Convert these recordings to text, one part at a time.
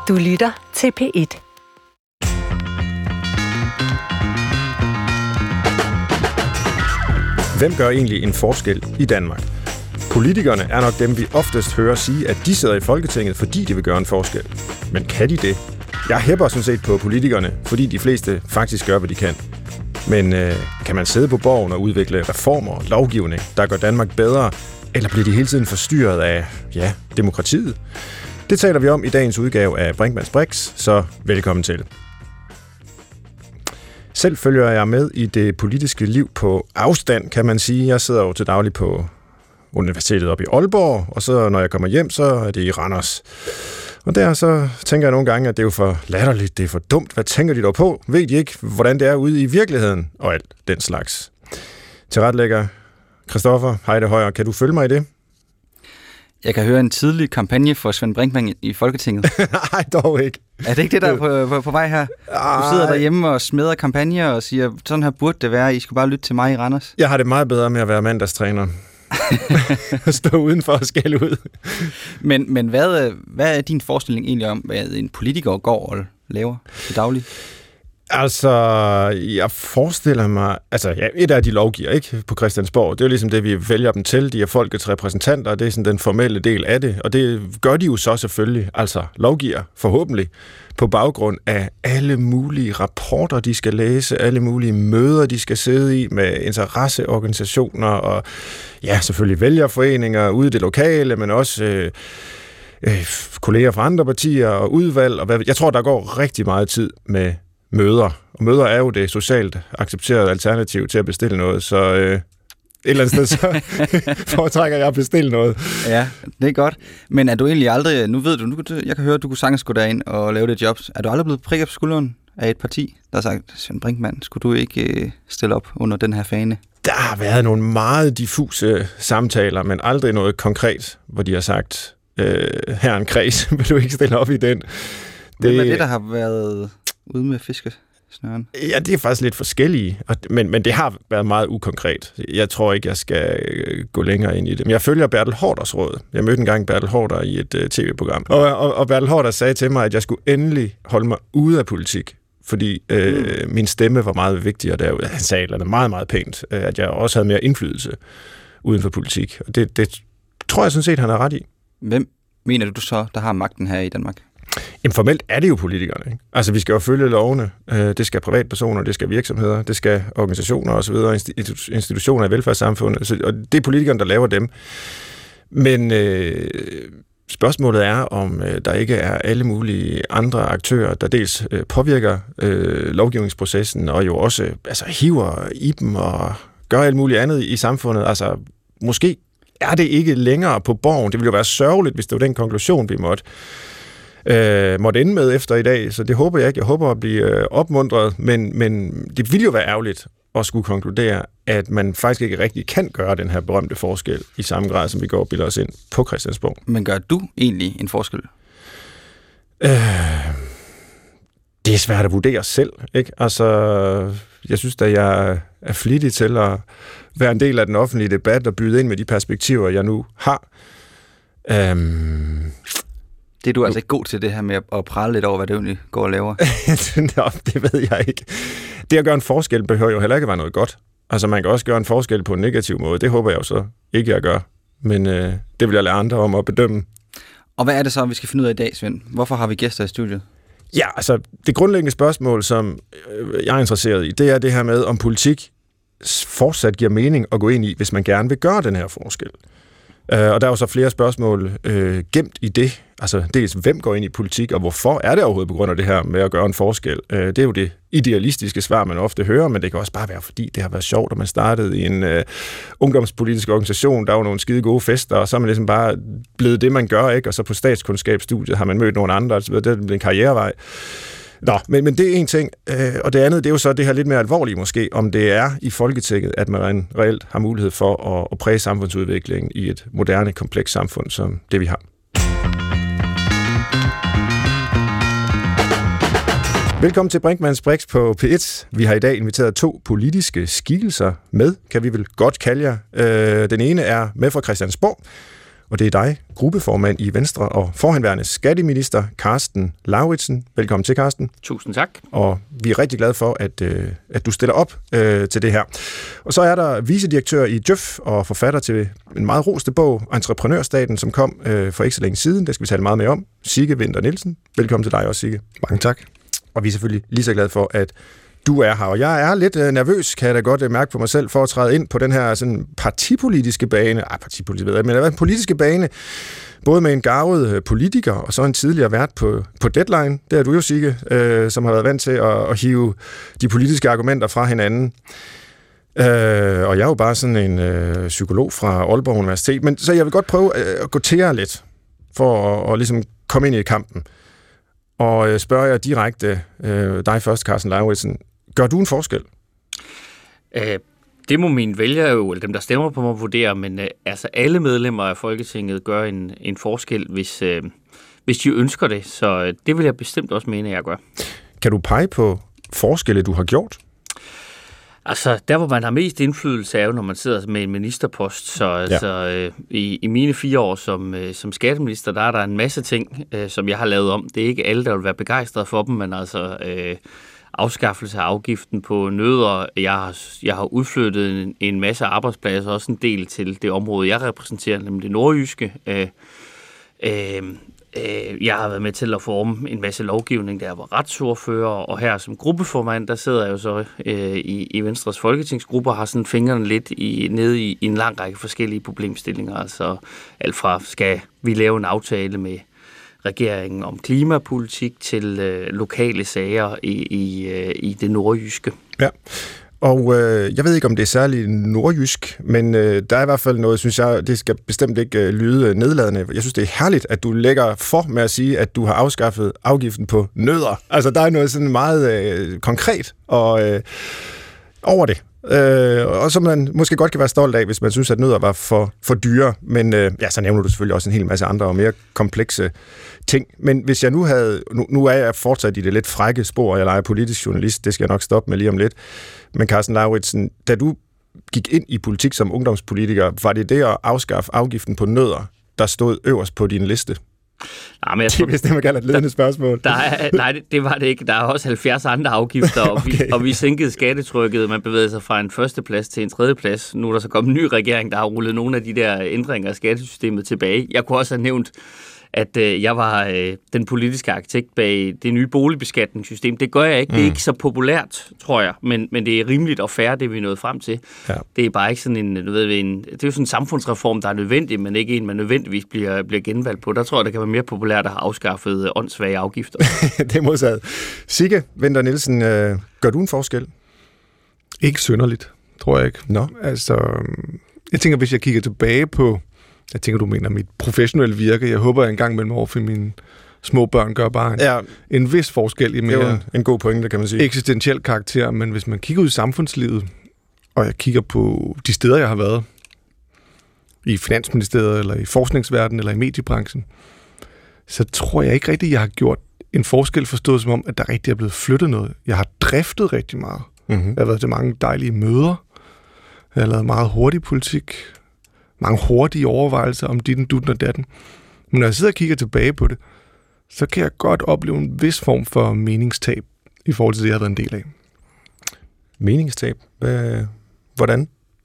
Du lytter til P1. Hvem gør egentlig en forskel i Danmark? Politikerne er nok dem, vi oftest hører sige, at de sidder i Folketinget, fordi de vil gøre en forskel. Men kan de det? Jeg hæpper sådan set på politikerne, fordi de fleste faktisk gør, hvad de kan. Men kan man sidde på borgen og udvikle reformer og lovgivning, der gør Danmark bedre, eller bliver de hele tiden forstyrret af, demokratiet? Det taler vi om i dagens udgave af Brinkmanns Brix, så velkommen til. Selv følger jeg med i det politiske liv på afstand, kan man sige. Jeg sidder jo til daglig på universitetet oppe i Aalborg, og så når jeg kommer hjem, så er det i Randers. Og der så tænker jeg nogle gange, at det er jo for latterligt, det er for dumt. Hvad tænker de dog på? Ved de ikke, hvordan det er ude i virkeligheden? Og alt den slags. Tilretlægger Christoffer Heide Højer, kan du følge mig i det? Jeg kan høre en tidlig kampagne for Svend Brinkmann i Folketinget. Nej, dog ikke. Er det ikke det, der er på vej her? Du sidder derhjemme og smeder kampagner og siger, sådan her burde det være, I skulle bare lytte til mig i Randers. Jeg har det meget bedre med at være mandagstræner. Stå udenfor og skælde ud. Men hvad er din forestilling egentlig om, hvad en politiker går og laver til daglig? Altså, jeg forestiller mig... et af de lovgiver, ikke? På Christiansborg. Det er jo ligesom det, vi vælger dem til. De er folkets repræsentanter, og det er sådan den formelle del af det. Og det gør de jo så selvfølgelig, altså lovgiver forhåbentlig, på baggrund af alle mulige rapporter, de skal læse, alle mulige møder, de skal sidde i med interesseorganisationer og selvfølgelig vælgerforeninger ude i det lokale, men også kolleger fra andre partier og udvalg. Og jeg tror, der går rigtig meget tid med møder. Og møder er jo det socialt accepterede alternativ til at bestille noget, så et eller andet sted så foretrækker jeg at bestille noget. Ja, det er godt. Men er du egentlig aldrig, nu ved du, jeg kan høre, at du kunne sagtens gå derind og lave det jobs. Er du aldrig blevet prikket på skulderen af et parti, der har sagt, Svend Brinkmann, skulle du ikke stille op under den her fane? Der har været nogle meget diffuse samtaler, men aldrig noget konkret, hvor de har sagt, her er en kreds, vil du ikke stille op i den? Hvem er det, der har været ude med fiskesnøren? Ja, det er faktisk lidt forskellige, men det har været meget ukonkret. Jeg tror ikke, jeg skal gå længere ind i det. Men jeg følger Bertel Haarders råd. Jeg mødte engang Bertel Haarder i et tv-program. Og Bertel Haarder sagde til mig, at jeg skulle endelig holde mig ude af politik, fordi min stemme var meget vigtigere derude. Han sagde noget meget, meget pænt, at jeg også havde mere indflydelse uden for politik. Og det tror jeg sådan set, han har ret i. Hvem mener du så, der har magten her i Danmark? Jamen formelt er det jo politikerne, ikke? Altså vi skal jo følge lovene, det skal privatpersoner, det skal virksomheder, det skal organisationer osv., institutioner i velfærdssamfundet, og det er politikerne, der laver dem. Men spørgsmålet er, om der ikke er alle mulige andre aktører, der dels påvirker lovgivningsprocessen, og jo også hiver i dem og gør alt muligt andet i samfundet. Altså måske er det ikke længere på borgen. Det ville jo være sørgeligt, hvis det var den konklusion, vi måtte ende med efter i dag, så det håber jeg ikke. Jeg håber at blive opmuntret, men det ville jo være ærgerligt at skulle konkludere, at man faktisk ikke rigtig kan gøre den her berømte forskel i samme grad, som vi går og bilder os ind på Christiansborg. Men gør du egentlig en forskel? Det er svært at vurdere selv, ikke? Altså, jeg synes da, jeg er flittig til at være en del af den offentlige debat og byde ind med de perspektiver, jeg nu har. Det er du altså ikke god til, det her med at prale lidt over, hvad det egentlig går og laver? Nå, det ved jeg ikke. Det at gøre en forskel behøver jo heller ikke at være noget godt. Altså man kan også gøre en forskel på en negativ måde. Det håber jeg jo så ikke, jeg gør. Men det vil jeg lade andre om at bedømme. Og hvad er det så, vi skal finde ud af i dag, Svend? Hvorfor har vi gæster i studiet? Ja, altså det grundlæggende spørgsmål, som jeg er interesseret i, det er det her med, om politik fortsat giver mening at gå ind i, hvis man gerne vil gøre den her forskel. Og der er jo så flere spørgsmål gemt i det. Altså dels, hvem går ind i politik, og hvorfor er det overhovedet på grund af det her med at gøre en forskel? Det er jo det idealistiske svar, man ofte hører, men det kan også bare være, fordi det har været sjovt, at man startede i en ungdomspolitisk organisation. Der var nogle skide gode fester, og så er man ligesom bare blevet det, man gør, ikke? Og så på statskundskabsstudiet har man mødt nogle andre, og så videre. Det er blevet en karrierevej. Nå, men det er en ting, og det andet, det er jo så det her lidt mere alvorlige måske, om det er i Folketinget, at man reelt har mulighed for at præge samfundsudviklingen i et moderne, komplekst samfund, som det vi har. Velkommen til Brinkmanns Brix på P1. Vi har i dag inviteret 2 politiske skikkelser med, kan vi vel godt kalde jer. Den ene er med fra Christiansborg, Og det er dig, gruppeformand i Venstre og forhenværende skatteminister Karsten Lauridsen. Velkommen til, Karsten. Tusind tak. Og vi er rigtig glade for, at du stiller op til det her. Og så er der vicedirektør i Djøf og forfatter til en meget roste bog, Entreprenørstaten, som kom for ikke så længe siden. Det skal vi tale meget mere om. Sigge Winther Nielsen. Velkommen til dig også, Sigge. Mange tak. Og vi er selvfølgelig lige så glade for, at du er her. Og jeg er lidt nervøs, kan jeg da godt mærke på mig selv, for at træde ind på den her sådan partipolitiske bane. Men politiske bane, både med en garvet politiker og så en tidligere vært på Deadline. Det er du jo, Sigge, som har været vant til at hive de politiske argumenter fra hinanden. Og jeg er jo bare sådan en psykolog fra Aalborg Universitet. Men så jeg vil godt prøve at gå til jer lidt, for at ligesom komme ind i kampen. Og spørger jeg direkte dig først, Karsten Lauridsen. Gør du en forskel? Det må mine vælgere jo, eller dem, der stemmer på mig, vurdere, men altså alle medlemmer af Folketinget gør en forskel, hvis de ønsker det. Så det vil jeg bestemt også mene, at jeg gør. Kan du pege på forskelle, du har gjort? Altså, der hvor man har mest indflydelse er jo, når man sidder med en ministerpost. Så ja. Altså, i mine 4 år som skatteminister, der er der en masse ting, som jeg har lavet om. Det er ikke alle, der vil være begejstrede for dem, men altså afskaffelse af afgiften på nødder. Jeg har udflyttet en masse arbejdspladser, også en del til det område, jeg repræsenterer, nemlig det nordjyske. Jeg har været med til at forme en masse lovgivning, der var retsordfører, og her som gruppeformand, der sidder jeg jo så i Venstres folketingsgruppe og har sådan fingrene lidt nede i en lang række forskellige problemstillinger. Altså alt fra, skal vi lave en aftale med regeringen om klimapolitik til lokale sager i det nordjyske. Ja. Og jeg ved ikke, om det er særligt nordjysk, men der er i hvert fald noget, synes jeg, det skal bestemt ikke lyde nedladende. Jeg synes, det er herligt, at du lægger for med at sige, at du har afskaffet afgiften på nødder. Altså, der er noget sådan meget konkret og over det. Og som man måske godt kan være stolt af, hvis man synes, at nødder var for dyre. Men så nævner du selvfølgelig også en hel masse andre og mere komplekse ting. Men hvis jeg nu er jeg fortsat i det lidt frække spor, jeg leger politisk journalist, det skal jeg nok stoppe med lige om lidt. Men Karsten Lauridsen, da du gik ind i politik som ungdomspolitiker, var det at afskaffe afgiften på nødder, der stod øverst på din liste? Nej, men jeg tror, det er et ledende spørgsmål. Nej, det var det ikke. Der er også 70 andre afgifter, og vi sænkede skattetrykket. Man bevægede sig fra en førsteplads til en tredjeplads. Nu er der så kommet en ny regering, der har rullet nogle af de der ændringer af skattesystemet tilbage. Jeg kunne også have nævnt, at jeg var den politiske arkitekt bag det nye boligbeskatningssystem. Det gør jeg ikke. Det er ikke så populært, tror jeg, men det er rimeligt og fair, det vi er nået frem til. Ja. Det er bare ikke sådan det er jo sådan en samfundsreform, der er nødvendig, men ikke en, man nødvendigvis bliver genvalgt på. Der tror jeg, det kan være mere populært at have afskaffet åndssvage afgifter. Det er modsat. Sigge Winther Nielsen, gør du en forskel? Ikke synderligt, tror jeg ikke. Nå. Altså, jeg tænker, hvis jeg kigger tilbage på, jeg tænker, du mener mit professionelle virke. Jeg håber, at en gang mellem år for mine små børn gør bare en vis forskel i mere en god pointe, kan man sige. Eksistentiel karakter. Men hvis man kigger ud i samfundslivet, og jeg kigger på de steder, jeg har været, i Finansministeriet, eller i forskningsverdenen, eller i mediebranchen, så tror jeg ikke rigtigt, jeg har gjort en forskel forstået som om, at der rigtig er blevet flyttet noget. Jeg har driftet rigtig meget. Mm-hmm. Jeg har været til mange dejlige møder. Jeg har lavet meget hurtig politik. Mange hurtige overvejelser om ditten, dutten og datten. Men når jeg sidder og kigger tilbage på det, så kan jeg godt opleve en vis form for meningstab i forhold til det, jeg har været en del af. Meningstab? Hvordan?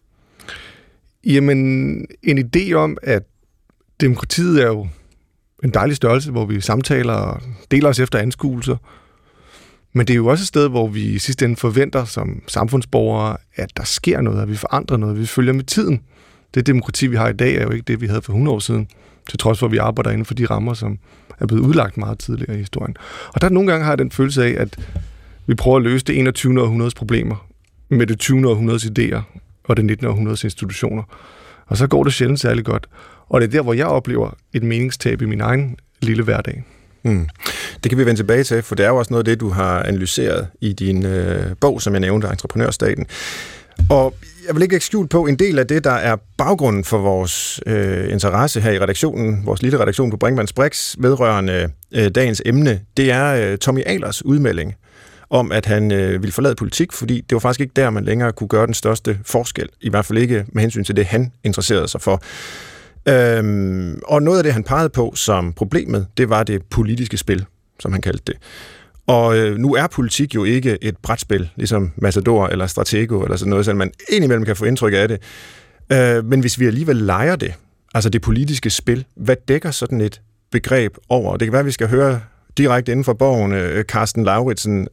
Jamen, en idé om, at demokratiet er jo en dejlig størrelse, hvor vi samtaler og deler os efter anskuelser. Men det er jo også et sted, hvor vi i sidste ende forventer som samfundsborgere, at der sker noget, at vi forandrer noget, at vi følger med tiden. Det demokrati, vi har i dag, er jo ikke det, vi havde for 100 år siden, til trods for, at vi arbejder inden for de rammer, som er blevet udlagt meget tidligere i historien. Og der nogle gange har jeg den følelse af, at vi prøver at løse det 21. århundredes problemer med det 20. århundredes idéer og det 19. århundredes institutioner. Og så går det sjældent særlig godt. Og det er der, hvor jeg oplever et meningstab i min egen lille hverdag. Det kan vi vende tilbage til, for det er jo også noget af det, du har analyseret i din bog, som jeg nævnte, Entreprenørstaten. Og jeg vil ikke lægge skjult på, en del af det, der er baggrunden for vores interesse her i redaktionen, vores lille redaktion på Brinkmanns Brix, vedrørende dagens emne, det er Tommy Ahlers udmelding om, at han ville forlade politik, fordi det var faktisk ikke der, man længere kunne gøre den største forskel, i hvert fald ikke med hensyn til det, han interesserede sig for. Og noget af det, han pegede på som problemet, det var det politiske spil, som han kaldte det. Og nu er politik jo ikke et brætspil, ligesom Matador eller Stratego eller sådan noget, så man indimellem kan få indtryk af det. Men hvis vi alligevel leger det, altså det politiske spil, hvad dækker sådan et begreb over? Det kan være, at vi skal høre direkte inden for Borgen, Carsten Lauritsen.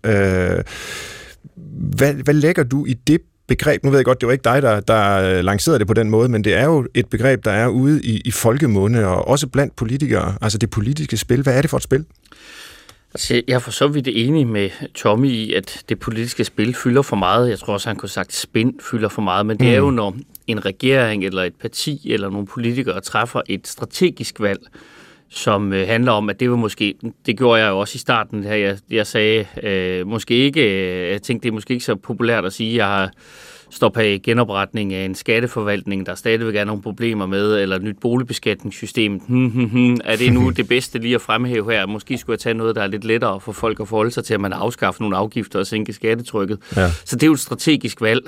Hvad lægger du i det begreb? Nu ved jeg godt, det var ikke dig, der lancerede det på den måde, men det er jo et begreb, der er ude i folkemunde, og også blandt politikere. Altså det politiske spil, hvad er det for et spil? Altså, jeg er for så vidt enig med Tommy i, at det politiske spil fylder for meget. Jeg tror også, han kunne have sagt, spin fylder for meget, men det er jo, når en regering eller et parti eller nogle politikere træffer et strategisk valg, som handler om, at det var måske, det gjorde jeg jo også i starten her, jeg sagde, måske ikke, jeg tænkte, det er måske ikke så populært at sige, at jeg har står bag genopretning af en skatteforvaltning, der stadigvæk er nogle problemer med, eller et nyt boligbeskatningssystem. Er det nu det bedste lige at fremhæve her? Måske skulle jeg tage noget, der er lidt lettere for folk at forholde sig til, at man afskaffer nogle afgifter og sænke skattetrykket. Ja. Så det er jo et strategisk valg,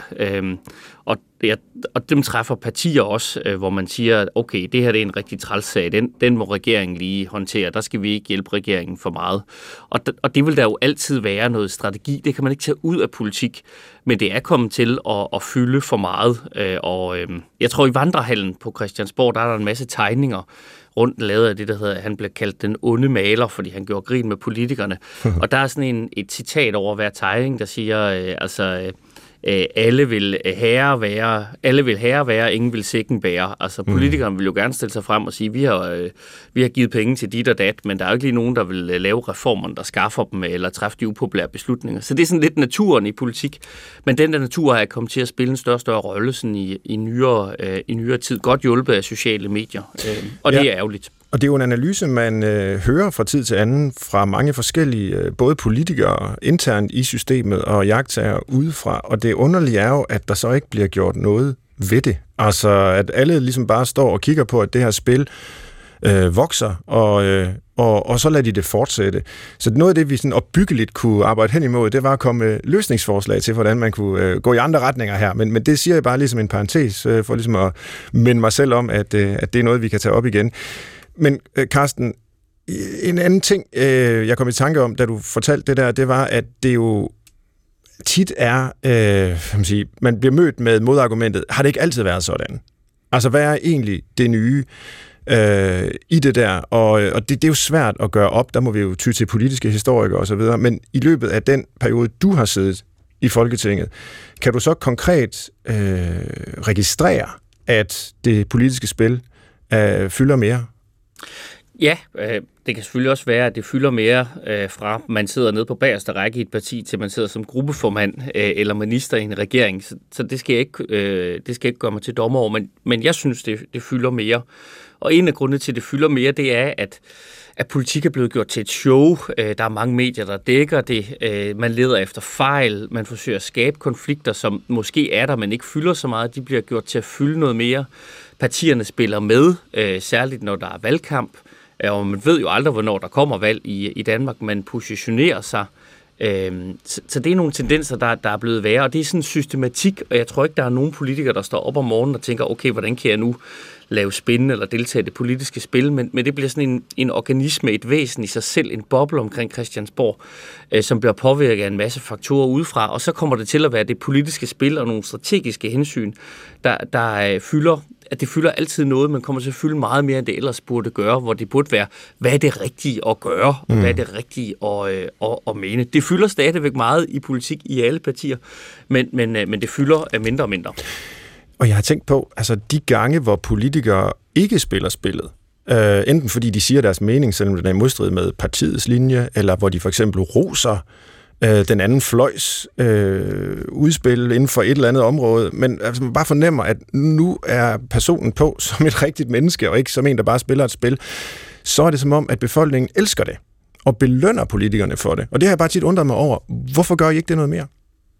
og dem træffer partier også, hvor man siger, okay, det her det er en rigtig træls sag, den må regeringen lige håndtere, der skal vi ikke hjælpe regeringen for meget. Og det vil der jo altid være noget strategi, det kan man ikke tage ud af politik, men det er kommet til at fylde for meget. Jeg tror, i vandrehallen på Christiansborg, der er der en masse tegninger rundt lavet af det, der hedder, han blev kaldt den onde maler, fordi han gjorde grin med politikerne. Og der er sådan et citat over hver tegning, der siger, alle vil herre være, ingen vil sækken bære. Altså politikerne vil jo gerne stille sig frem og sige, vi har givet penge til dit og dat, men der er jo ikke lige nogen, der vil lave reformerne, der skaffer dem, eller træffe de upopulære beslutninger. Så det er sådan lidt naturen i politik. Men den der natur er kommet til at spille en større rolle sådan i nyere tid. Godt hjulpet af sociale medier. Og det er ærgerligt. Og det er jo en analyse, man hører fra tid til anden fra mange forskellige, både politikere internt i systemet og jagttager udefra. Og det underlige er jo, at der så ikke bliver gjort noget ved det. Altså, at alle ligesom bare står og kigger på, at det her spil vokser, og så lader de det fortsætte. Så noget af det, vi sådan opbyggeligt kunne arbejde hen imod, det var at komme med løsningsforslag til, hvordan man kunne gå i andre retninger her. Men det siger jeg bare ligesom en parentes, for ligesom at minde mig selv om, at det er noget, vi kan tage op igen. Men Carsten, en anden ting, jeg kom i tanke om, da du fortalte det der, det var, at det jo tit er, man bliver mødt med modargumentet, har det ikke altid været sådan? Altså, hvad er egentlig det nye i det der? Og det er jo svært at gøre op, der må vi jo ty til politiske historikere osv., men i løbet af den periode, du har siddet i Folketinget, kan du så konkret registrere, at det politiske spil fylder mere? Ja, det kan selvfølgelig også være, at det fylder mere fra man sidder nede på bagerste række i et parti, til man sidder som gruppeformand eller minister i en regering. Så det skal jeg ikke gøre mig til dommer over, men jeg synes, det fylder mere. Og en af grundene til, at det fylder mere, det er, at politik er blevet gjort til et show. Der er mange medier, der dækker det. Man leder efter fejl. Man forsøger at skabe konflikter, som måske er der, men ikke fylder så meget. De bliver gjort til at fylde noget mere. Partierne spiller med, særligt når der er valgkamp. Og man ved jo aldrig, hvornår der kommer valg i Danmark. Man positionerer sig. Så det er nogle tendenser, der er blevet værre. Og det er sådan en systematik, og jeg tror ikke, der er nogen politikere, der står op om morgenen og tænker, okay, hvordan kan jeg nu lave spændende eller deltage i det politiske spil, men det bliver sådan en organisme, et væsen i sig selv, en boble omkring Christiansborg, som bliver påvirket af en masse faktorer udefra, og så kommer det til at være det politiske spil og nogle strategiske hensyn, der fylder, at det fylder altid noget, men kommer til at fylde meget mere, end det ellers burde gøre, hvor det burde være, hvad er det rigtige at gøre, og hvad er det rigtige at mene. Det fylder stadigvæk meget i politik i alle partier, men det fylder mindre og mindre. Og jeg har tænkt på, altså de gange, hvor politikere ikke spiller spillet, enten fordi de siger deres mening, selvom den er i modstrid med partiets linje, eller hvor de for eksempel roser den anden fløjs udspil inden for et eller andet område, men altså, man bare fornemmer, at nu er personen på som et rigtigt menneske, og ikke som en, der bare spiller et spil, så er det som om, at befolkningen elsker det, og belønner politikerne for det. Og det har jeg bare tit undret mig over. Hvorfor gør I ikke det noget mere?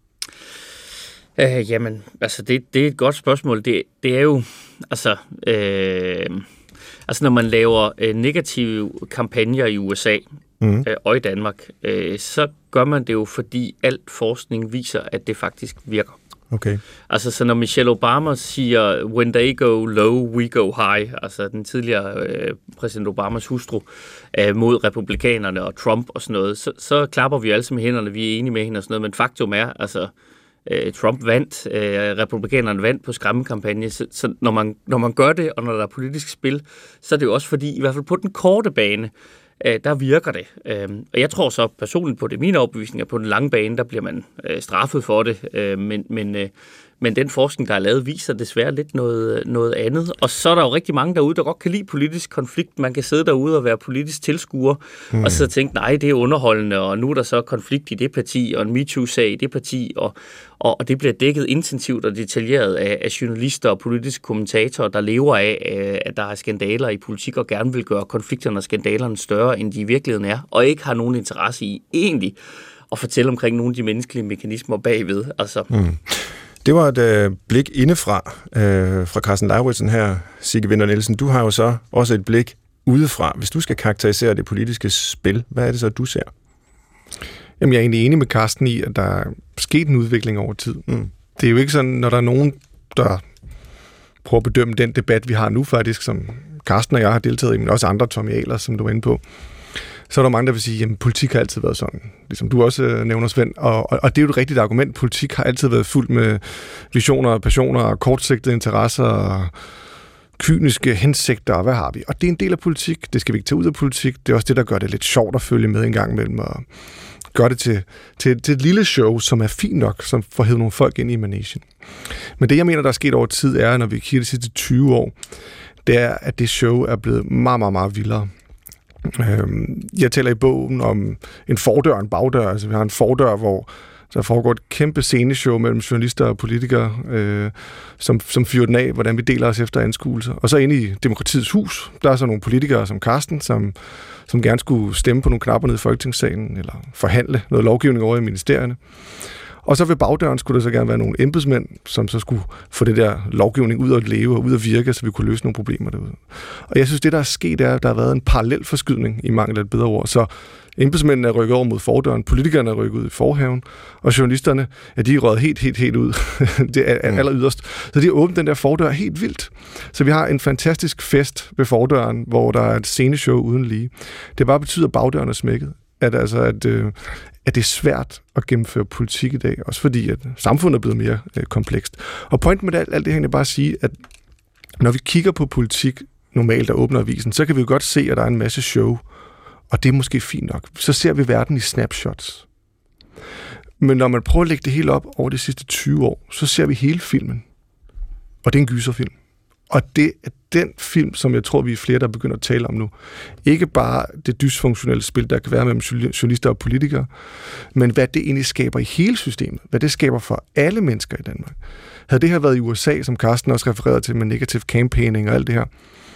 Jamen, altså det er et godt spørgsmål. Det er jo, altså når man laver negative kampagner i USA og i Danmark, så gør man det jo, fordi alt forskning viser, at det faktisk virker. Okay. Altså, så når Michelle Obama siger, when they go low, we go high, altså den tidligere præsident Obamas hustru, mod republikanerne og Trump og sådan noget, så klapper vi alle sammen hænderne, vi er enige med hende og sådan noget, men faktum er, altså, Trump vandt, republikanerne vandt på skræmmekampagne, så når man gør det, og når der er politisk spil, så er det jo også fordi, i hvert fald på den korte bane, der virker det. Og jeg tror så personligt på det. Mine overbevisninger på den lange bane, der bliver man straffet for det. Men den forskning, der er lavet, viser desværre lidt noget andet. Og så er der jo rigtig mange derude, der godt kan lide politisk konflikt. Man kan sidde derude og være politisk tilskuer, og så tænke, nej, det er underholdende, og nu er der så konflikt i det parti, og en MeToo-sag i det parti, og det bliver dækket intensivt og detaljeret af journalister og politiske kommentatorer, der lever af, at der er skandaler i politik, og gerne vil gøre konflikterne og skandalerne større, end de i virkeligheden er, og ikke har nogen interesse i egentlig at fortælle omkring nogle af de menneskelige mekanismer bagved. Altså. Det var et blik indefra fra Carsten Lauritsen her, Sigge Winther Nielsen. Du har jo så også et blik udefra. Hvis du skal karakterisere det politiske spil, hvad er det så, du ser? Jamen, jeg er egentlig enig med Carsten i, at der er sket en udvikling over tid. Det er jo ikke sådan, når der er nogen, der prøver at bedømme den debat, vi har nu faktisk, som Carsten og jeg har deltaget i, men også andre, Tommy Ahlers, som du var inde på, så er der mange, der vil sige, at politik har altid været sådan. Ligesom du også nævner, Svend. Og det er jo et rigtigt argument. Politik har altid været fuld med visioner, passioner og kortsigtede interesser og kyniske hensigter, og hvad har vi? Og det er en del af politik. Det skal vi ikke tage ud af politik. Det er også det, der gør det lidt sjovt at følge med en gang imellem og gøre det til et lille show, som er fint nok, som får hævet nogle folk ind i managen. Men det, jeg mener, der er sket over tid, er, når vi kigger de sidste 20 år, det er, at det show er blevet meget, meget, meget vildere. Jeg taler i bogen om en fordør og en bagdør. Altså, vi har en fordør, hvor der foregår et kæmpe sceneshow mellem journalister og politikere, som fyrer den af, hvordan vi deler os efter anskuelser. Og så inde i Demokratiets hus, der er så nogle politikere som Carsten, som gerne skulle stemme på nogle knapper nede i Folketingssalen, eller forhandle noget lovgivning over i ministerierne. Og så ved bagdøren skulle der så gerne være nogle embedsmænd, som så skulle få det der lovgivning ud at leve og ud at virke, så vi kunne løse nogle problemer derude. Og jeg synes, det der er sket, er, at der har været en parallel forskydning i mangel af et bedre ord. Så embedsmændene er rykket over mod fordøren, politikerne er rykket ud i forhaven, og journalisterne, de er røget helt ud. Det er aller yderst. Så de har åbnet den der fordør helt vildt. Så vi har en fantastisk fest ved fordøren, hvor der er et sceneshow uden lige. Det bare betyder, at bagdøren er smækket. At det er svært at gennemføre politik i dag, også fordi at samfundet er blevet mere komplekst. Og pointen med alt det her er bare at sige, at når vi kigger på politik normalt, der åbner avisen, så kan vi jo godt se, at der er en masse show, og det er måske fint nok. Så ser vi verden i snapshots. Men når man prøver at lægge det hele op over de sidste 20 år, så ser vi hele filmen. Og det er en gyserfilm. Og det er den film, som jeg tror, vi er flere, der begynder at tale om nu. Ikke bare det dysfunktionelle spil, der kan være mellem journalister og politikere, men hvad det egentlig skaber i hele systemet. Hvad det skaber for alle mennesker i Danmark. Havde det her været i USA, som Carsten også refererede til med negative campaigning og alt det her,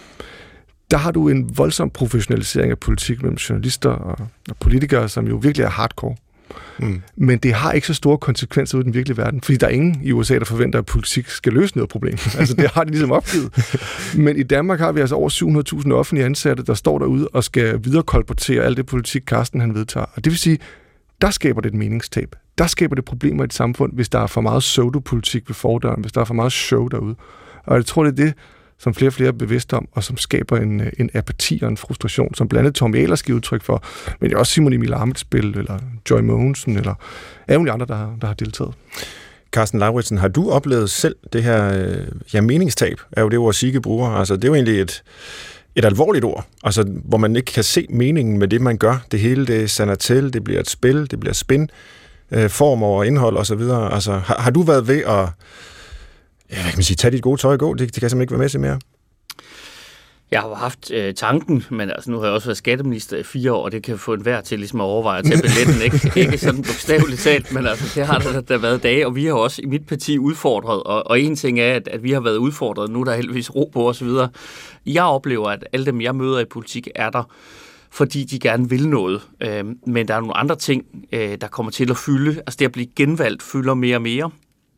der har du en voldsom professionalisering af politik mellem journalister og politikere, som jo virkelig er hardcore. Men det har ikke så store konsekvenser ud i den virkelige verden, fordi der er ingen i USA, der forventer, at politik skal løse noget problem. Altså, det har de ligesom opgivet. Men i Danmark har vi altså over 700.000 offentlige ansatte, der står derude og skal viderekolportere alt det politik, Carsten han vedtager. Og det vil sige, der skaber det et meningstab. Der skaber det problemer i et samfund, hvis der er for meget pseudopolitik ved fordøren, hvis der er for meget show derude. Og jeg tror, det er det, som flere og flere er bevidste om, og som skaber en apati og en frustration, som blandt andet Tommy Ahlers giver udtryk for, men også Simon Emil Ammitzbøll, eller Joy Mogensen, eller alle andre, der har deltaget. Carsten Lauritsen, har du oplevet selv det her meningstab, er jo det ord, Sigge bruger. Altså, det er jo egentlig et alvorligt ord, altså, hvor man ikke kan se meningen med det, man gør. Det hele, det sander til, det bliver et spil, det bliver spin, form over indhold osv. Altså, har du været ved at hvad kan man sige, tage dit gode tøj og gå? Det kan jeg simpelthen ikke være med til mere. Jeg har haft tanken, men altså, nu har jeg også været skatteminister i 4 år, og det kan få enhver til ligesom at overveje at tage billetten. Ikke sådan bogstaveligt talt, men altså, det har der været dage, og vi har også i mit parti udfordret, og en ting er, at vi har været udfordret, nu er der heldigvis ro på osv. Jeg oplever, at alle dem, jeg møder i politik, er der, fordi de gerne vil noget. Men der er nogle andre ting, der kommer til at fylde. Altså det at blive genvalgt fylder mere og mere.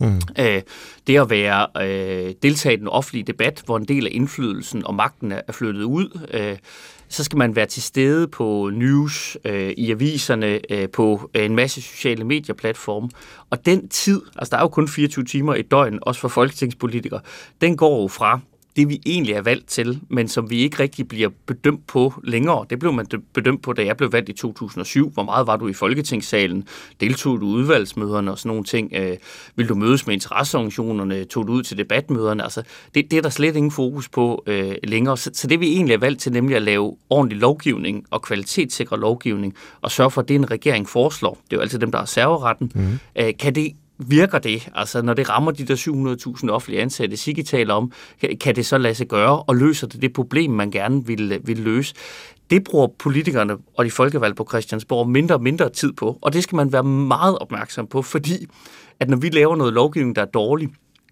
Det at være deltage i den offentlige debat, hvor en del af indflydelsen og magten er flyttet ud, så skal man være til stede på news, i aviserne, på en masse sociale medieplatforme. Og den tid, altså der er jo kun 24 timer i døgn, også for folketingspolitikere, den går jo fra det, vi egentlig er valgt til, men som vi ikke rigtig bliver bedømt på længere. Det blev man bedømt på, da jeg blev valgt i 2007. Hvor meget var du i Folketingssalen? Deltog du i udvalgsmøderne og sådan nogle ting? Vil du mødes med interesseorganisationerne? Tog du ud til debatmøderne? Altså, det er der slet ingen fokus på længere. Så det, vi egentlig er valgt til, nemlig at lave ordentlig lovgivning og kvalitetssikre lovgivning, og sørge for, at det en regering foreslår. Det er jo altid dem, der har serveretten. Virker det, altså når det rammer de der 700.000 offentlige ansatte, Sigge taler om, kan det så lade sig gøre, og løser det problem, man gerne vil løse? Det bruger politikerne og de folkevalgte på Christiansborg mindre og mindre tid på, og det skal man være meget opmærksom på, fordi at når vi laver noget lovgivning, der er dårlig,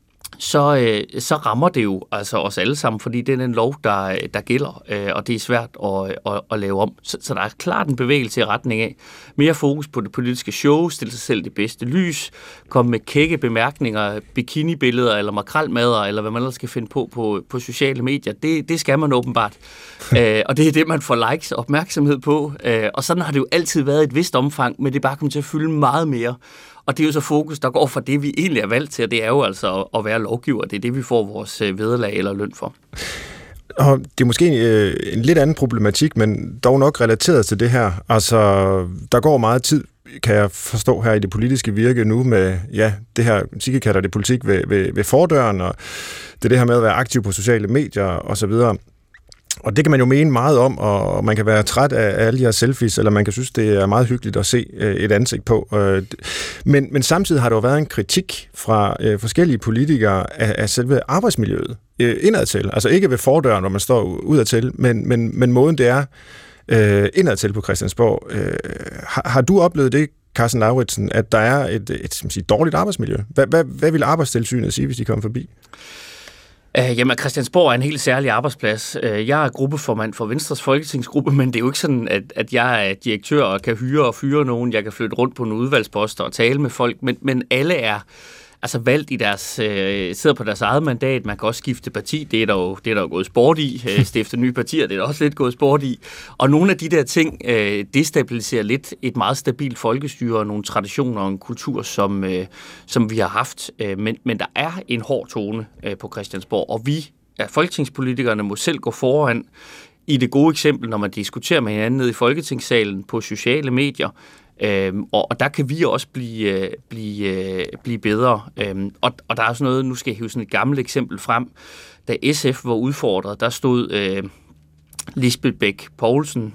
så rammer det jo altså os alle sammen, fordi det er en lov, der gælder, og det er svært at lave om. Så der er klart en bevægelse i retning af mere fokus på det politiske show, stille sig selv det bedste lys, komme med kække bemærkninger, bikinibilleder eller makrelmadder, eller hvad man ellers skal finde på sociale medier. Det skal man åbenbart. Og det er det, man får likes og opmærksomhed på. Og sådan har det jo altid været i et vist omfang, men det er bare kommet til at fylde meget mere. Og det er jo så fokus, der går fra det, vi egentlig er valgt til, og det er jo altså at være lovgiver. Det er det, vi får vores vederlag eller løn for. Og det er måske en lidt anden problematik, men dog nok relateret til det her. Altså, der går meget tid, kan jeg forstå her i det politiske virke nu med, det her, Sigge kalder det politik ved fordøren, og det her med at være aktiv på sociale medier osv. Og det kan man jo mene meget om, og man kan være træt af alle de her selfies, eller man kan synes, det er meget hyggeligt at se et ansigt på. Men samtidig har der jo været en kritik fra forskellige politikere af selve arbejdsmiljøet indadtil. Altså ikke ved fordøren, hvor man står udadtil, men måden det er indadtil på Christiansborg. Har du oplevet det, Carsten Lauritsen, at der er et dårligt arbejdsmiljø? Hvad vil Arbejdstilsynet sige, hvis de kommer forbi? Jamen, Christiansborg er en helt særlig arbejdsplads. Jeg er gruppeformand for Venstres folketingsgruppe, men det er jo ikke sådan, at jeg er direktør og kan hyre og fyre nogen. Jeg kan flytte rundt på nogle udvalgsposter og tale med folk, men alle er altså valgt i sidder på deres eget mandat. Man kan også skifte parti. Det er der jo gået sport i. Stifte nye partier, det er der også lidt gået sport i. Og nogle af de der ting destabiliserer lidt et meget stabilt folkestyre og nogle traditioner og en kultur, som vi har haft. Men der er en hård tone på Christiansborg, og folketingspolitikerne må selv gå foran i det gode eksempel, når man diskuterer med hinanden nede i Folketingssalen på sociale medier. Og der kan vi også blive bedre. Og der er sådan noget, nu skal jeg hive sådan et gammelt eksempel frem. Da SF var udfordret, der stod Lisbeth Bech Poulsen,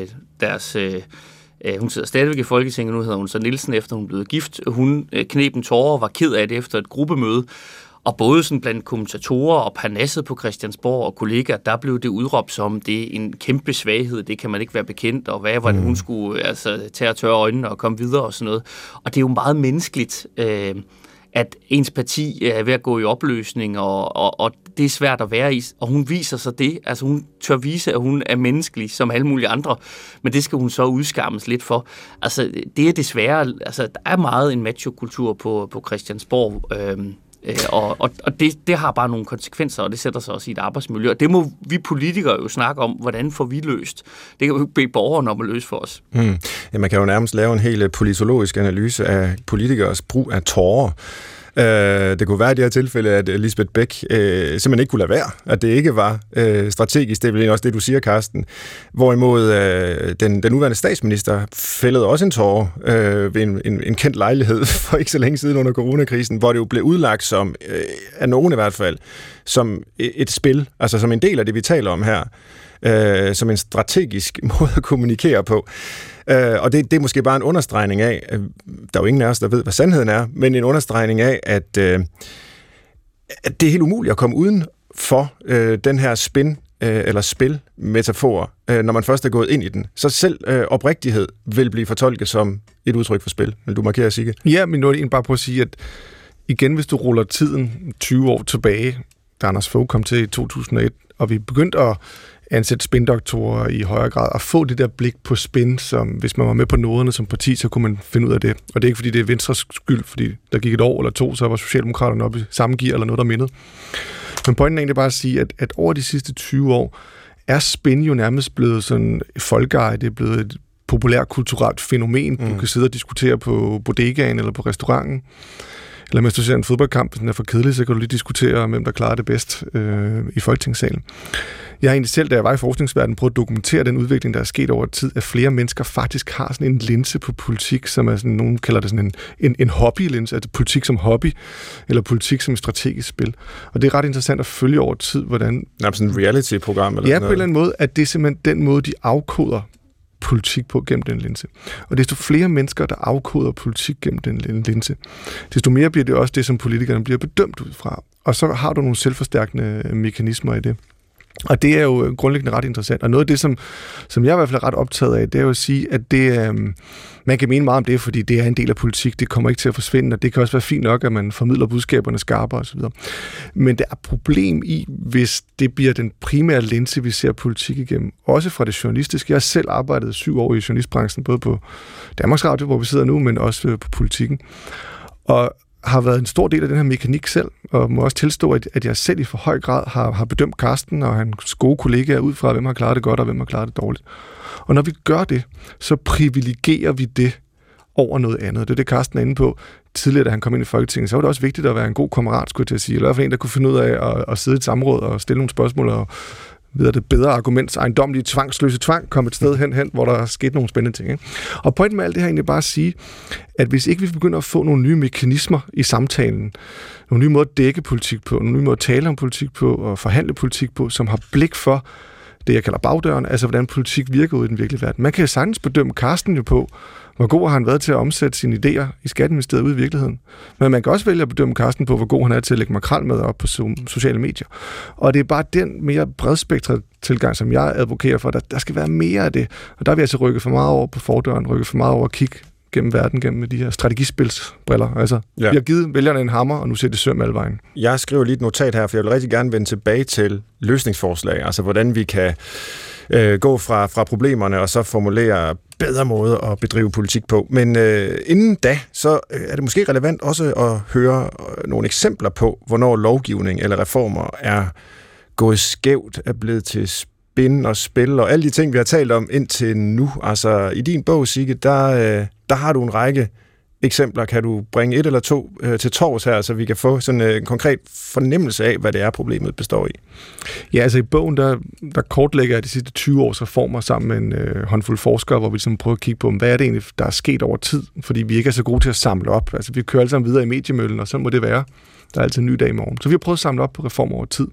hun sidder stadigvæk i Folketinget, nu hedder hun så Nielsen, efter hun blev gift. Hun kneb en tårer og var ked af det efter et gruppemøde. Og både sådan blandt kommentatorer og parnasset på Christiansborg og kollegaer, der blev det udråbt som, det er en kæmpe svaghed, det kan man ikke være bekendt, og hvad var det, hun skulle tage og tørre øjnene og komme videre og sådan noget. Og det er jo meget menneskeligt, at ens parti er ved at gå i opløsning, og det er svært at være i, og hun viser sig det. Altså hun tør vise, at hun er menneskelig som alle mulige andre, men det skal hun så udskammes lidt for. Altså det er desværre, altså der er meget en macho-kultur på Christiansborg, og det har bare nogle konsekvenser, og det sætter sig også i et arbejdsmiljø. Og det må vi politikere jo snakke om, hvordan får vi løst. Det kan vi jo ikke bede borgerne om at løse for os. Ja, man kan jo nærmest lave en helt politologisk analyse af politikers brug af tårer. Det kunne være i det her tilfælde, at Lisbeth Bech simpelthen ikke kunne lade være, at det ikke var strategisk. Det er vel også det, du siger, Carsten. Hvorimod den nuværende statsminister fældede også en tårer ved en kendt lejlighed for ikke så længe siden under coronakrisen, hvor det jo blev udlagt som, af nogen i hvert fald, som et spil, altså som en del af det, vi taler om her, som en strategisk måde at kommunikere på. Og det er måske bare en understregning af, der er jo ingen af os, der ved, hvad sandheden er, men en understregning af, at det er helt umuligt at komme uden for den her spin eller spil-metafor, når man først er gået ind i den. Så selv oprigtighed vil blive fortolket som et udtryk for spil. Vil du markere, Sigge? Ja, men nu er det egentlig bare på at sige, at igen, hvis du ruller tiden 20 år tilbage, da Anders Fogh kom til i 2001, og vi begyndte at ansætte spindoktorer i højere grad, og få det der blik på spin, som hvis man var med på noderne som parti, så kunne man finde ud af det. Og det er ikke, fordi det er Venstres skyld, fordi der gik et år eller to, så var Socialdemokraterne oppe i samme gear eller noget, der mindede. Men pointen er egentlig bare at sige, at over de sidste 20 år er spin jo nærmest blevet sådan folkeeje, det er blevet et populært kulturelt fænomen. Du kan sidde og diskutere på bodegaen eller på restauranten, eller hvis du ser en fodboldkamp, hvis den er for kedelig, så kan du lige diskutere, hvem der klarer det bedst i Folketingssalen. Jeg har egentlig selv, da jeg var i forskningsverdenen, prøvet at dokumentere den udvikling, der er sket over tid, at flere mennesker faktisk har sådan en linse på politik, som er sådan, nogen kalder det sådan en hobbylinse, altså politik som hobby, eller politik som strategisk spil. Og det er ret interessant at følge over tid, hvordan... Sådan et reality-program eller ja, på en eller anden måde, at det er simpelthen den måde, de afkoder politik på gennem den linse. Og desto flere mennesker, der afkoder politik gennem den linse, desto mere bliver det også det, som politikerne bliver bedømt ud fra. Og så har du nogle selvforstærkende mekanismer i det. Og det er jo grundlæggende ret interessant. Og noget af det, som jeg er i hvert fald er ret optaget af, det er jo at sige, at det, man kan mene meget om det, fordi det er en del af politik, det kommer ikke til at forsvinde, og det kan også være fint nok, at man formidler budskaberne skarpere osv. Men der er problem i, hvis det bliver den primære linse, vi ser politik igennem. Også fra det journalistiske. Jeg har selv arbejdet 7 år i journalistbranchen, både på Danmarks Radio, hvor vi sidder nu, men også på politikken. Og har været en stor del af den her mekanik selv, og må også tilstå, at jeg selv i for høj grad har bedømt Carsten og hans gode kollegaer ud fra, hvem har klaret det godt og hvem har klaret det dårligt. Og når vi gør det, så privilegerer vi det over noget andet. Det er det, Carsten er inde på. Tidligere, da han kom ind i Folketinget, så var det også vigtigt at være en god kammerat, skulle jeg til at sige. Eller i hvert fald en, der kunne finde ud af at sidde i et samråd og stille nogle spørgsmål og ved det bedre arguments ejendomlige tvangsløse tvang kom et sted hen, hvor der skete nogle spændende ting. Ikke? Og pointen med alt det her er egentlig bare at sige, at hvis ikke vi begynder at få nogle nye mekanismer i samtalen, nogle nye måder at dække politik på, nogle nye måder at tale om politik på og forhandle politik på, som har blik for det, jeg kalder bagdøren, altså hvordan politik virker ud i den virkelige verden. Man kan sagtens bedømme Carsten jo på, hvor god har han været til at omsætte sine idéer i Skatteministeriet ud i virkeligheden. Men man kan også vælge at bedømme Carsten på, hvor god han er til at lægge makrel med op på sociale medier. Og det er bare den mere bredspektrede tilgang, som jeg advokerer for. Der skal være mere af det. Og der vil jeg altså rykke for meget over på fordøren, rykke for meget over at kigge gennem verden, gennem de her strategispilsbriller. Altså, vi har givet vælgerne en hammer, og nu ser det søm alle vejen. Jeg skriver lige et notat her, for jeg vil rigtig gerne vende tilbage til løsningsforslag. Altså, hvordan vi kan gå fra problemerne og så formulere bedre måder at bedrive politik på. Men inden da, så er det måske relevant også at høre nogle eksempler på, hvornår lovgivning eller reformer er gået skævt, er blevet til spin og spil og alle de ting, vi har talt om indtil nu. Altså, i din bog, Sigge, der har du en række eksempler. Kan du bringe 1 eller 2 til torvs her, så vi kan få sådan en konkret fornemmelse af, hvad det er, problemet består i? Ja, altså i bogen, der kortlægger jeg de sidste 20 års reformer sammen med en håndfuld forskere, hvor vi ligesom prøver at kigge på, hvad er det egentlig, der er sket over tid, fordi vi ikke er så gode til at samle op. Altså vi kører alle sammen videre i mediemøllen, og sådan må det være. Der er altid en ny dag i morgen. Så vi har prøvet at samle op på reformer over tid.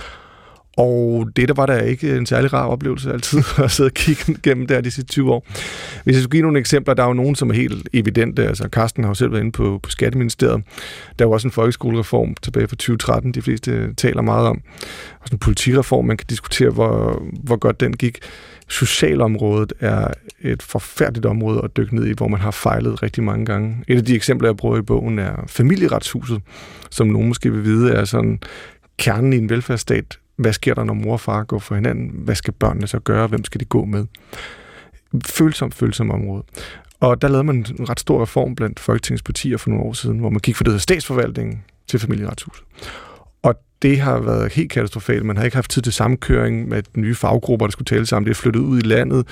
Og det der var der ikke en særlig rar oplevelse altid at sidde og kigge gennem der de sidste 20 år. Hvis jeg skulle give nogle eksempler, der er jo nogle, som er helt evidente. Altså Carsten har jo selv været inde på Skatteministeriet. Der var også en folkeskolereform tilbage fra 2013, de fleste taler meget om. Og sådan en politireform, man kan diskutere, hvor godt den gik. Socialområdet er et forfærdeligt område at dykke ned i, hvor man har fejlet rigtig mange gange. Et af de eksempler, jeg bruger i bogen, er Familieretshuset, som nogen måske vil vide, er sådan kernen i en velfærdsstat. Hvad sker der, når mor og far går for hinanden? Hvad skal børnene så gøre? Hvem skal de gå med? Følsom område. Og der lavede man en ret stor reform blandt Folketingets partier for nogle år siden, hvor man gik fra det statsforvaltningen til Familieretshuset. Og det har været helt katastrofalt. Man har ikke haft tid til sammenkøring med de nye faggrupper, der skulle tale sammen. Det er flyttet ud i landet.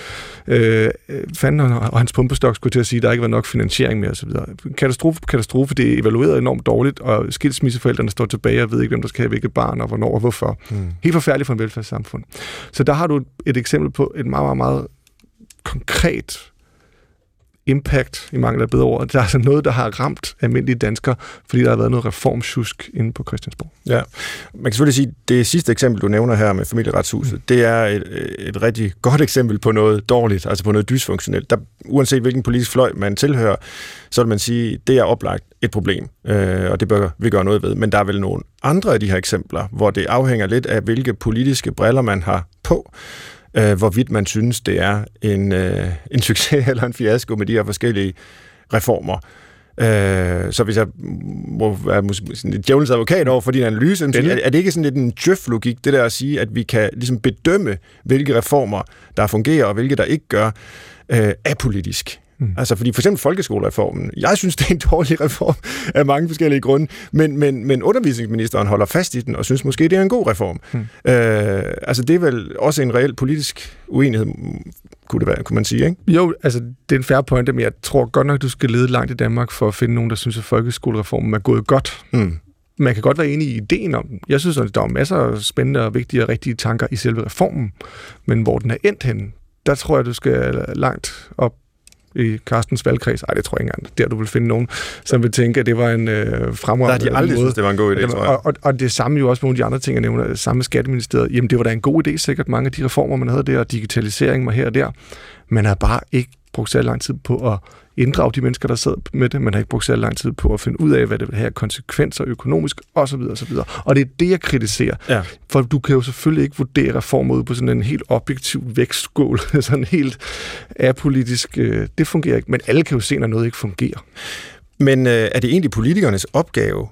Fanden og hans pumpestok skulle til at sige, at der ikke var nok finansiering med osv. Katastrofe. Det er evalueret enormt dårligt, og skilsmisseforældrene står tilbage og ved ikke, hvem der skal have hvilket barn, og hvornår og hvorfor. Helt forfærdeligt for en velfærdssamfund. Så der har du et eksempel på et meget, meget, meget konkret impact, i mangel af bedre ord. Der er altså noget, der har ramt almindelige danskere, fordi der har været noget reformsjusk inde på Christiansborg. Ja, man kan selvfølgelig sige, at det sidste eksempel, du nævner her med Familieretshuset, det er et rigtig godt eksempel på noget dårligt, altså på noget dysfunktionelt. Der, uanset hvilken politisk fløj man tilhører, så vil man sige, det er oplagt et problem, og det bør vi gøre noget ved. Men der er vel nogle andre af de her eksempler, hvor det afhænger lidt af, hvilke politiske briller man har på, hvorvidt man synes, det er en succes eller en fiasko med de her forskellige reformer. Så hvis jeg må være et djævelens advokat over for din analyse, er det ikke sådan lidt en djøf-logik, det der at sige, at vi kan ligesom bedømme, hvilke reformer, der fungerer, og hvilke der ikke gør, apolitisk? Altså, fordi for eksempel folkeskolereformen, jeg synes, det er en dårlig reform af mange forskellige grunde, men undervisningsministeren holder fast i den, og synes måske, det er en god reform. Altså, det er vel også en reel politisk uenighed, kunne man sige, ikke? Jo, altså, det er en fair point, men jeg tror godt nok, du skal lede langt i Danmark for at finde nogen, der synes, at folkeskolereformen er gået godt. Man kan godt være enig i ideen om den. Jeg synes, at der er masser af spændende og vigtige og rigtige tanker i selve reformen, men hvor den er endt henne, der tror jeg, du skal langt op i Carstens valgkreds. Ej, det tror jeg ikke engang. Der du vil finde nogen, som vil tænke, at det var en fremragende måde. Der de aldrig synes, det var en god idé, tror jeg. Og det samme jo også med nogle af de andre ting, jeg nævner. Samme med Skatteministeriet. Jamen, det var da en god idé, sikkert mange af de reformer, man havde der, og digitalisering var her og der. Man har bare ikke brugt så lang tid på at inddrage de mennesker, der sad med det. Man har ikke brugt så lang tid på at finde ud af, hvad det vil have konsekvenser økonomisk, osv. osv. Og det er det, jeg kritiserer. Ja. For du kan jo selvfølgelig ikke vurdere reformer ud på sådan en helt objektiv vægtskål, sådan helt apolitisk. Det fungerer ikke, men alle kan jo se, når noget ikke fungerer. Men er det egentlig politikernes opgave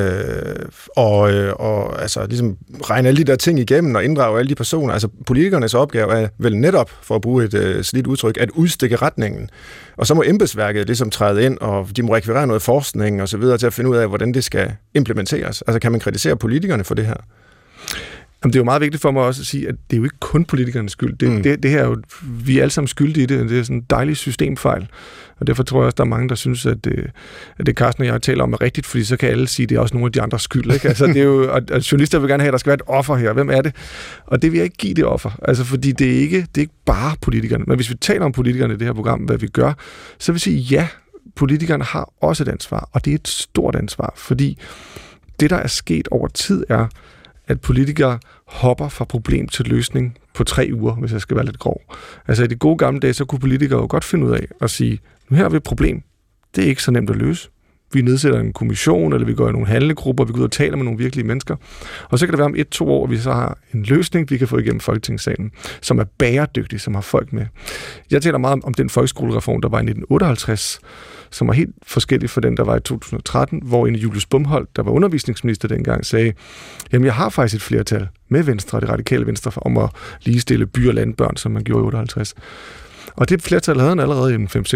og altså ligesom regne alle de der ting igennem og inddrage alle de personer? Altså politikernes opgave er vel netop, for at bruge et slidt udtryk, at udstikke retningen. Og så må embedsværket ligesom træde ind, og de må rekvirere noget forskning og så videre til at finde ud af, hvordan det skal implementeres. Altså kan man kritisere politikerne for det her? Jamen, det er jo meget vigtigt for mig også at sige, at det er jo ikke kun politikernes skyld. Det her er jo, vi er alle sammen skyldige i det. Det er sådan en dejlig systemfejl. Og derfor tror jeg også, der er mange, der synes, at det Carsten og jeg taler om er rigtigt, fordi så kan alle sige, at det er også nogle af de andres skyld. Ikke? Altså, det er jo, og journalister vil gerne have, at der skal være et offer her. Hvem er det? Og det vil jeg ikke give det offer. Altså, fordi det er ikke bare politikerne. Men hvis vi taler om politikerne i det her program, hvad vi gør, så vil jeg sige, ja, politikerne har også et ansvar. Og det er et stort ansvar, fordi det, der er sket over tid, er, at politikere hopper fra problem til løsning på 3 uger, hvis jeg skal være lidt grov. Altså i de gode gamle dage, så kunne politikere jo godt finde ud af at sige, nu her har vi et problem. Det er ikke så nemt at løse. Vi nedsætter en kommission, eller vi går i nogle handlegrupper, vi går ud og taler med nogle virkelige mennesker. Og så kan det være om 1-2 år, at vi så har en løsning, vi kan få igennem Folketingssalen, som er bæredygtig, som har folk med. Jeg taler meget om den folkeskolereform, der var i 1958, som var helt forskellig fra den, der var i 2013, hvor en Julius Bomholt, der var undervisningsminister dengang, sagde, jamen jeg har faktisk et flertal med Venstre, det radikale Venstre, om at ligestille by- og landbørn, som man gjorde i 58. Og det flertal havde han allerede i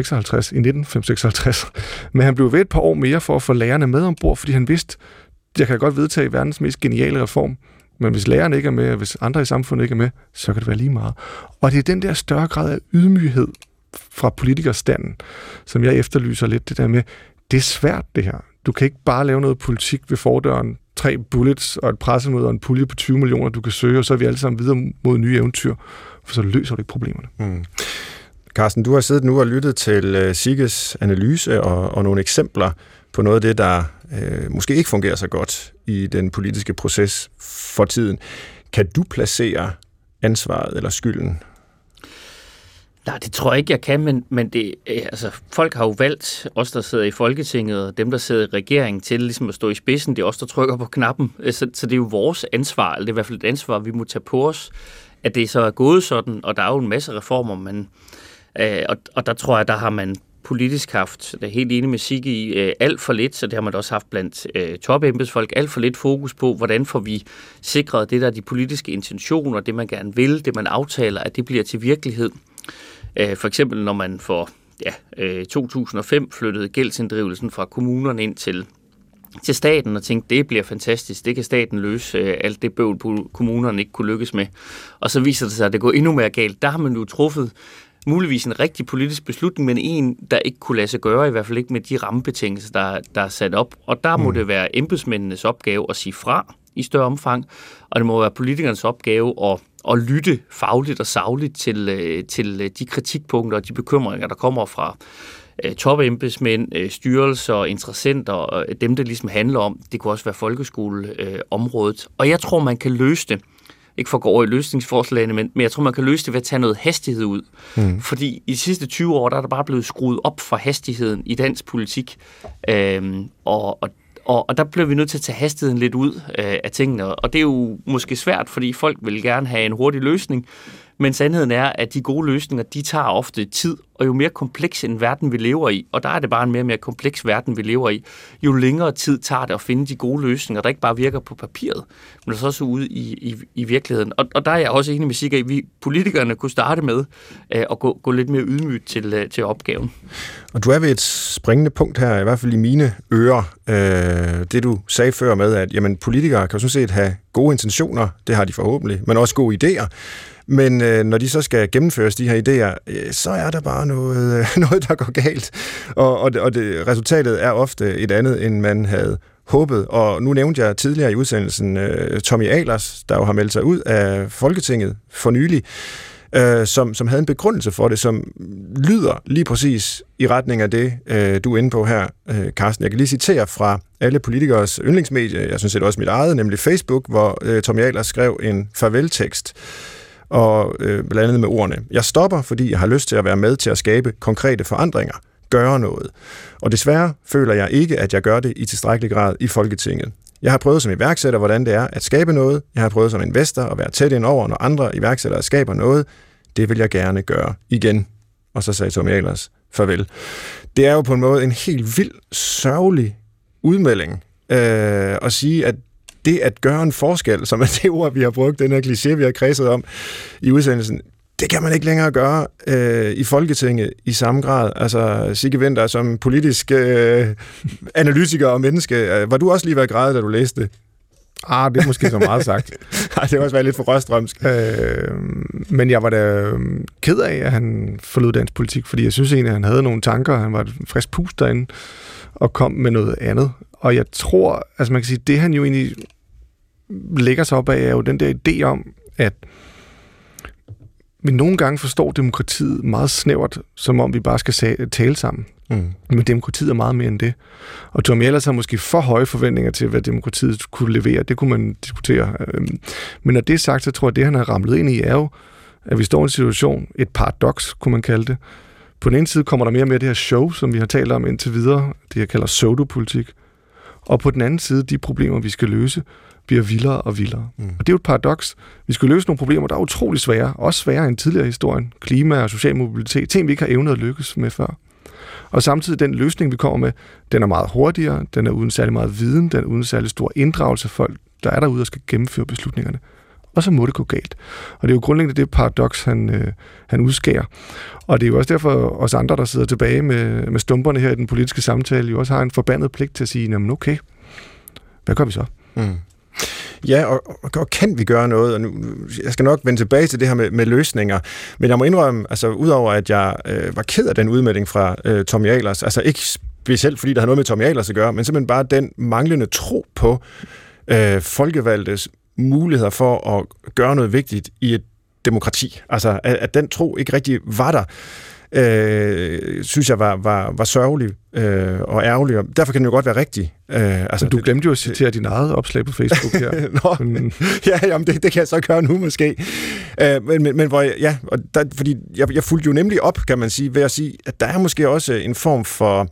1956, men han blev ved et par år mere for at få lærerne med ombord, fordi han vidste, jeg kan godt vedtage verdens mest geniale reform, men hvis lærerne ikke er med, og hvis andre i samfundet ikke er med, så kan det være lige meget. Og det er den der større grad af ydmyghed fra politikerstanden, som jeg efterlyser lidt, det der med, det er svært det her. Du kan ikke bare lave noget politik ved fordøren, 3 bullets og et pressemøde og en pulje på 20 millioner, du kan søge, og så er vi alle sammen videre mod nye eventyr, for så løser du ikke problemerne. Carsten, du har siddet nu og lyttet til Sigges analyse og nogle eksempler på noget af det, der måske ikke fungerer så godt i den politiske proces for tiden. Kan du placere ansvaret eller skylden? Nej, det tror jeg ikke, jeg kan, men det, altså, folk har jo valgt, os der sidder i Folketinget, og dem der sidder i regeringen til ligesom at stå i spidsen, det er os, der trykker på knappen. Så det er jo vores ansvar, eller det er i hvert fald et ansvar, vi må tage på os, at det så er gået sådan, og der er jo en masse reformer, men og der tror jeg, der har man politisk haft, det er helt enig med Sigge i, alt for lidt, så det har man også haft blandt topembedsfolk, alt for lidt fokus på, hvordan får vi sikret det, der er de politiske intentioner, det man gerne vil, det man aftaler, at det bliver til virkelighed. For eksempel når man for 2005 flyttede gældsinddrivelsen fra kommunerne ind til staten og tænkte, det bliver fantastisk, det kan staten løse alt det bøvl, kommunerne ikke kunne lykkes med. Og så viser det sig, at det går endnu mere galt. Der har man jo truffet muligvis en rigtig politisk beslutning, men en, der ikke kunne lade sig gøre, i hvert fald ikke med de rammebetingelser, der er sat op. Og der må det være embedsmændenes opgave at sige fra i større omfang, og det må være politikernes opgave at lytte fagligt og sagligt til de kritikpunkter og de bekymringer, der kommer fra topembedsmænd, styrelser, interessenter, og dem, det ligesom handler om. Det kunne også være folkeskoleområdet. Og jeg tror, man kan løse det. Ikke for at gå over i løsningsforslagene, men jeg tror, man kan løse det ved at tage noget hastighed ud. Fordi i de sidste 20 år, der er der bare blevet skruet op for hastigheden i dansk politik. Og der bliver vi nødt til at tage hastigheden lidt ud af tingene. Og det er jo måske svært, fordi folk vil gerne have en hurtig løsning. Men sandheden er, at de gode løsninger, de tager ofte tid, og jo mere kompleks en verden, vi lever i, og der er det bare en mere og mere kompleks verden, vi lever i, jo længere tid tager det at finde de gode løsninger, der ikke bare virker på papiret, men så også ude i virkeligheden. Og der er jeg også enig med Sigga i, at vi politikerne kunne starte med at gå lidt mere ydmygt til opgaven. Og du er ved et springende punkt her, i hvert fald i mine ører. Det du sagde før med, at jamen, politikere kan jo sådan set have gode intentioner, det har de forhåbentlig, men også gode idéer. Men når de så skal gennemføres, de her idéer, så er der bare noget der går galt. Og resultatet er ofte et andet, end man havde håbet. Og nu nævnte jeg tidligere i udsendelsen Tommy Ahlers, der jo har meldt sig ud af Folketinget for nylig, som havde en begrundelse for det, som lyder lige præcis i retning af det, du er inde på her, Carsten. Jeg kan lige citere fra alle politikers yndlingsmedie, jeg synes det også mit eget, nemlig Facebook, hvor Tommy Ahlers skrev en farveltekst, og blandt andet med ordene: Jeg stopper, fordi jeg har lyst til at være med til at skabe konkrete forandringer, gøre noget. Og desværre føler jeg ikke, at jeg gør det i tilstrækkelig grad i Folketinget. Jeg har prøvet som iværksætter, hvordan det er at skabe noget. Jeg har prøvet som investor at være tæt ind over, når andre iværksættere skaber noget. Det vil jeg gerne gøre igen. Og så sagde Tommy Ahlers farvel. Det er jo på en måde en helt vild, sørgelig udmelding at sige, at det at gøre en forskel, som er det ord, vi har brugt, den her kliché, vi har kredset om i udsendelsen, det kan man ikke længere gøre i Folketinget i samme grad. Altså, Sigge Winther, som politisk analytiker og menneske, var du også lige ved at græde, da du læste det? Det er måske så meget sagt. Det har også været lidt for røstrømsk. Men jeg var da ked af, at han forlod dansk politik, fordi jeg synes egentlig, at han havde nogle tanker, han var et frisk pust derinde, og kom med noget andet. Og jeg tror, altså man kan sige, det han jo egentlig lægger sig op af, er jo den der idé om, at vi nogle gange forstår demokratiet meget snævert, som om vi bare skal tale sammen. Men demokratiet er meget mere end det. Og Tommy Ahlers har måske for høje forventninger til, hvad demokratiet kunne levere. Det kunne man diskutere. Men når det er sagt, så tror jeg, at det, han har ramlet ind i, er jo, at vi står i en situation, et paradoks, kunne man kalde det. På den ene side kommer der mere og mere det her show, som vi har talt om indtil videre, det jeg kalder pseudopolitik. Og på den anden side, de problemer, vi skal løse, bliver vildere og vildere. Og det er jo et paradoks. Vi skal løse nogle problemer, der er utrolig svære, også sværere end tidligere i historien. Klima og social mobilitet, ting vi ikke har evnet at lykkes med før. Og samtidig den løsning, vi kommer med, den er meget hurtigere, den er uden særlig meget viden, den er uden særlig stor inddragelse af folk, der er derude og skal gennemføre beslutningerne. Og så må det gå galt. Og det er jo grundlæggende det paradoks, han udskærer. Og det er jo også derfor, os andre, der sidder tilbage med stumperne her i den politiske samtale, jo også har en forbandet pligt til at sige, jamen okay, hvad gør vi så? Ja, og kan vi gøre noget? Og nu, jeg skal nok vende tilbage til det her med løsninger, men jeg må indrømme, altså udover at jeg var ked af den udmelding fra Tommy Ahlers, altså ikke specielt fordi der har noget med Tommy Ahlers at gøre, men simpelthen bare den manglende tro på folkevalgtes muligheder for at gøre noget vigtigt i et demokrati. Altså at den tro ikke rigtig var der, synes jeg var sørgelig og ærgerlig. Og derfor kan den jo godt være rigtig. Altså, du glemte jo at citere din eget opslag på Facebook her. Jamen, det kan jeg så gøre nu måske. Men hvor fordi jeg fulgte jo nemlig op, kan man sige, ved at sige, at der er måske også en form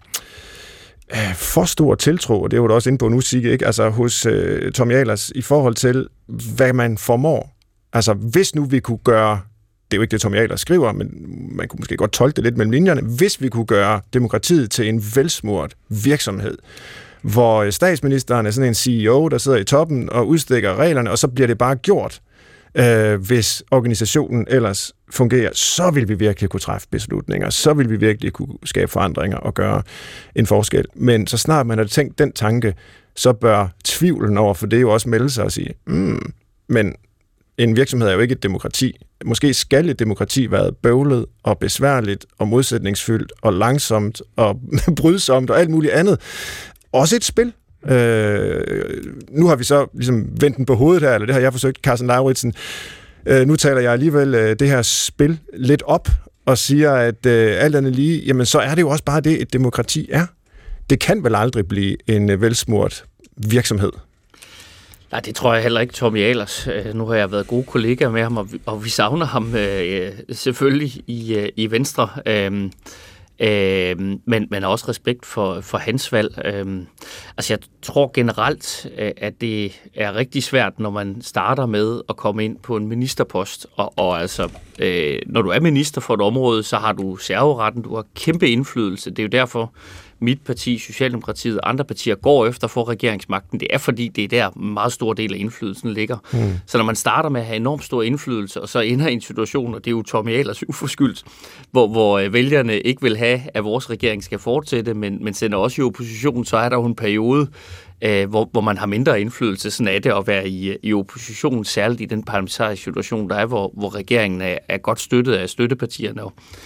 for stor tiltro, og det er jo da også inde på nu, Sigge, ikke? Altså hos Tommy Ahlers i forhold til, hvad man formår. Altså, hvis nu vi kunne gøre, det er jo ikke det, Tommy Ahlers skriver, men man kunne måske godt tolke det lidt mellem linjerne, hvis vi kunne gøre demokratiet til en velsmurt virksomhed, hvor statsministeren er sådan en CEO, der sidder i toppen og udstikker reglerne, og så bliver det bare gjort. Hvis organisationen ellers fungerer, så vil vi virkelig kunne træffe beslutninger, så vil vi virkelig kunne skabe forandringer og gøre en forskel. Men så snart man har tænkt den tanke, så bør tvivlen over for det jo også melde sig og sige, men en virksomhed er jo ikke et demokrati. Måske skal et demokrati være bøvlet og besværligt og modsætningsfyldt og langsomt og brydsomt og alt muligt andet. Også et spil. Nu har vi så ligesom vendt den på hovedet her, eller det har jeg forsøgt, Carsten Lauritsen. Nu taler jeg alligevel det her spil lidt op og siger, at alt andet lige, jamen så er det jo også bare det, et demokrati er. Det kan vel aldrig blive en velsmurt virksomhed. Nej, det tror jeg heller ikke, Tommy Ahlers. Nu har jeg været gode kollegaer med ham, og vi savner ham selvfølgelig i Venstre. men også respekt for hans valg. Altså jeg tror generelt, at det er rigtig svært, når man starter med at komme ind på en ministerpost, og altså, når du er minister for et område, så har du serveretten, du har kæmpe indflydelse. Det er jo derfor, mit parti, Socialdemokratiet og andre partier går efter for regeringsmagten. Det er fordi, det er der en meget stor del af indflydelsen ligger. Så når man starter med at have enormt stor indflydelse, og så ender i en situation, og det er jo Tommy Ahlers uforskyldt, hvor vælgerne ikke vil have, at vores regering skal fortsætte, men sender også i opposition, så er der jo en periode, hvor man har mindre indflydelse. Sådan er det at være i opposition, særligt i den parlamentariske situation, der er, hvor regeringen er godt støttet af støttepartierne.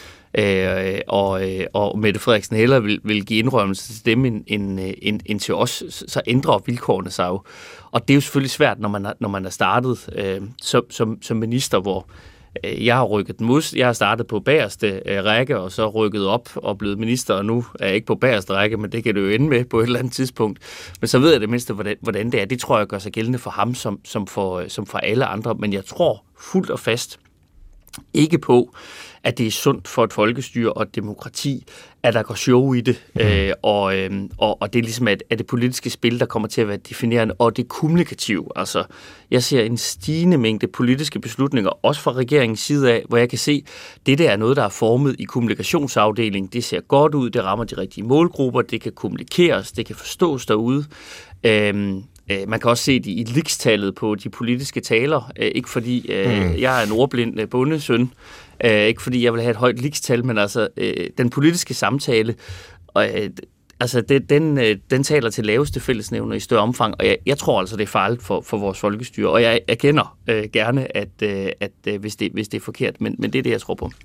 Og Mette Frederiksen hellere vil give indrømmelse til dem end til os, så ændrer vilkårene sig jo. Og det er jo selvfølgelig svært, når man er startet som minister, hvor jeg har rykket den mod. Jeg har startet på bagerste række, og så rykket op og blevet minister, og nu er jeg ikke på bagerste række, men det kan det jo ende med på et eller andet tidspunkt. Men så ved jeg det mindste, hvordan det er. Det tror jeg gør sig gældende for ham, som for alle andre. Men jeg tror fuldt og fast ikke på, at det er sundt for et folkestyre og et demokrati, at der går show i det, og det er ligesom, at det politiske spil, der kommer til at være definerende, og det kommunikative. Altså, jeg ser en stigende mængde politiske beslutninger, også fra regeringens side af, hvor jeg kan se, det der er noget, der er formet i kommunikationsafdelingen. Det ser godt ud, det rammer de rigtige målgrupper, det kan kommunikeres, det kan forstås derude. Man kan også se det i likstallet på de politiske taler. Ikke fordi jeg er en ordblind bondesøn, ikke fordi jeg vil have et højt likstal, men altså den politiske samtale, altså den taler til laveste fællesnævner i større omfang, og jeg tror altså, det er farligt for vores folkestyre, og jeg erkender gerne, at hvis det er forkert, men det er det, jeg tror på.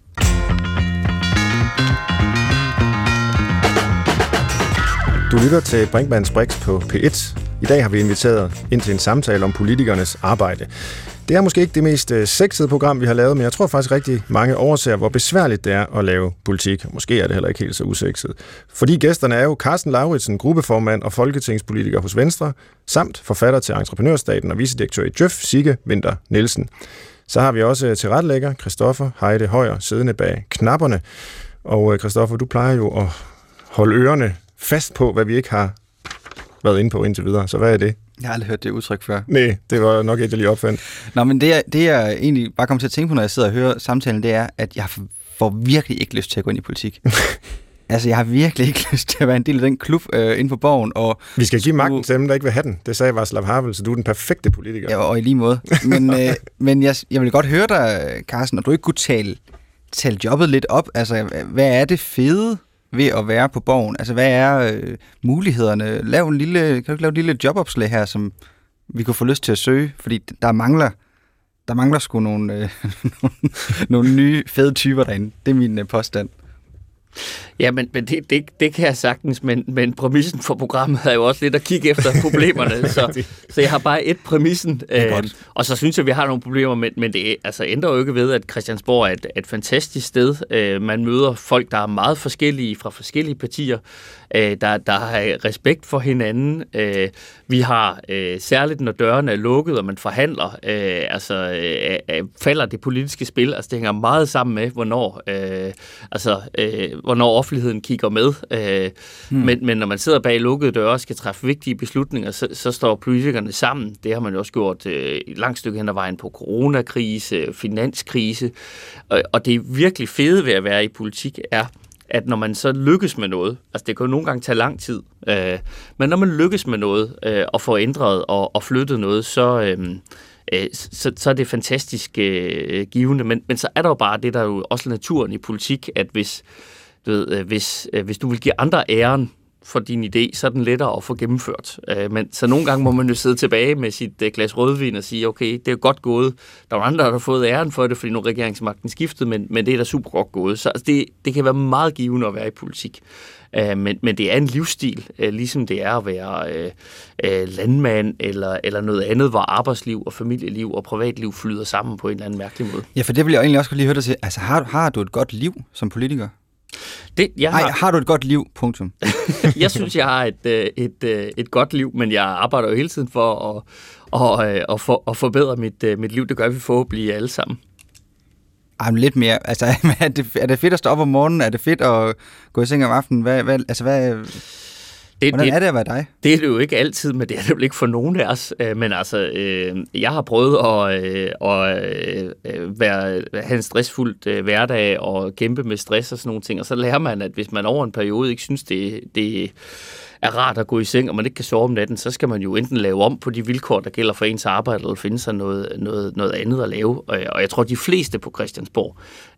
Du lytter til Brinkmanns Brix på P1. I dag har vi inviteret ind til en samtale om politikernes arbejde. Det er måske ikke det mest sexede program, vi har lavet, men jeg tror faktisk rigtig mange overser, hvor besværligt det er at lave politik. Måske er det heller ikke helt så usexet. Fordi gæsterne er jo Karsten Lauritsen, gruppeformand og folketingspolitiker hos Venstre, samt forfatter til Entreprenørstaten og vicedirektør i Djøf, Sigge Winther Nielsen. Så har vi også tilrettelægger Christoffer Heide Højer, siddende bag knapperne. Og Christoffer, du plejer jo at holde ørerne fast på, hvad vi ikke har været inde på indtil videre. Så hvad er det? Jeg har aldrig hørt det udtryk før. Nej, det var nok et, jeg lige opfandt. Nå, men det jeg egentlig bare kommer til at tænke på, når jeg sidder og hører samtalen, det er, at jeg får virkelig ikke lyst til at gå ind i politik. Altså, jeg har virkelig ikke lyst til at være en del af den klub inde på Borgen. Og vi skal give magten til dem, der ikke vil have den. Det sagde Václav Havel, så du er den perfekte politiker. Ja, og i lige måde. Men jeg vil godt høre dig, Carsten, om du ikke kunne tale jobbet lidt op. Altså, hvad er det fede ved at være på Borgen? Altså, hvad er mulighederne? Kan du ikke lave et lille jobopslag her, som vi kunne få lyst til at søge? Fordi der mangler sgu nogle nye fede typer derinde. Det er min påstand. Ja, men det kan jeg sagtens, men præmissen for programmet er jo også lidt at kigge efter problemerne, så jeg har bare et præmissen, og så synes jeg, vi har nogle problemer, men det altså ændrer jo ikke ved, at Christiansborg er et fantastisk sted. Man møder folk, der er meget forskellige fra forskellige partier, der har respekt for hinanden. Vi har, særligt når dørene er lukket, og man forhandler, falder det politiske spil, altså det hænger meget sammen med, hvornår offentligheden kigger med. Men når man sidder bag lukkede døre og skal træffe vigtige beslutninger, så står politikerne sammen. Det har man jo også gjort et langt stykke hen ad vejen på coronakrise, finanskrise. Og det virkelig fede ved at være i politik er, at når man så lykkes med noget, altså det kan jo nogle gange tage lang tid, men når man lykkes med noget og får ændret og flyttet noget, så er det fantastisk givende. Men så er der jo bare det, der er jo også naturen i politik, at hvis du vil give andre æren for din idé, så er den lettere at få gennemført. Men så nogle gange må man jo sidde tilbage med sit glas rødvin og sige, okay, det er godt gået. Der er andre, der har fået æren for det, fordi nu regeringsmagten skiftede, men det er da super godt gået. Så altså, det kan være meget givende at være i politik. Men det er en livsstil, ligesom det er at være landmand eller noget andet, hvor arbejdsliv og familieliv og privatliv flyder sammen på en eller anden mærkelig måde. Ja, for det vil jeg egentlig også lige høre dig til. Altså, har du et godt liv som politiker? Har du et godt liv, punktum? Jeg synes, jeg har et godt liv, men jeg arbejder jo hele tiden for at forbedre mit liv. Det gør vi forhåbentlig alle sammen. Lidt mere. Altså, er det fedt at stå op om morgenen? Er det fedt at gå i seng om aftenen? Hvordan er det at være dig? Det er det jo ikke altid, men det er det jo ikke for nogen af os. Men altså, jeg har prøvet at have en stressfuldt hverdag og kæmpe med stress og sådan nogle ting. Og så lærer man, at hvis man over en periode ikke synes, det er rart at gå i seng, og man ikke kan sove om natten, så skal man jo enten lave om på de vilkår, der gælder for ens arbejde, eller finde sig noget andet at lave. Og jeg tror, de fleste på Christiansborg,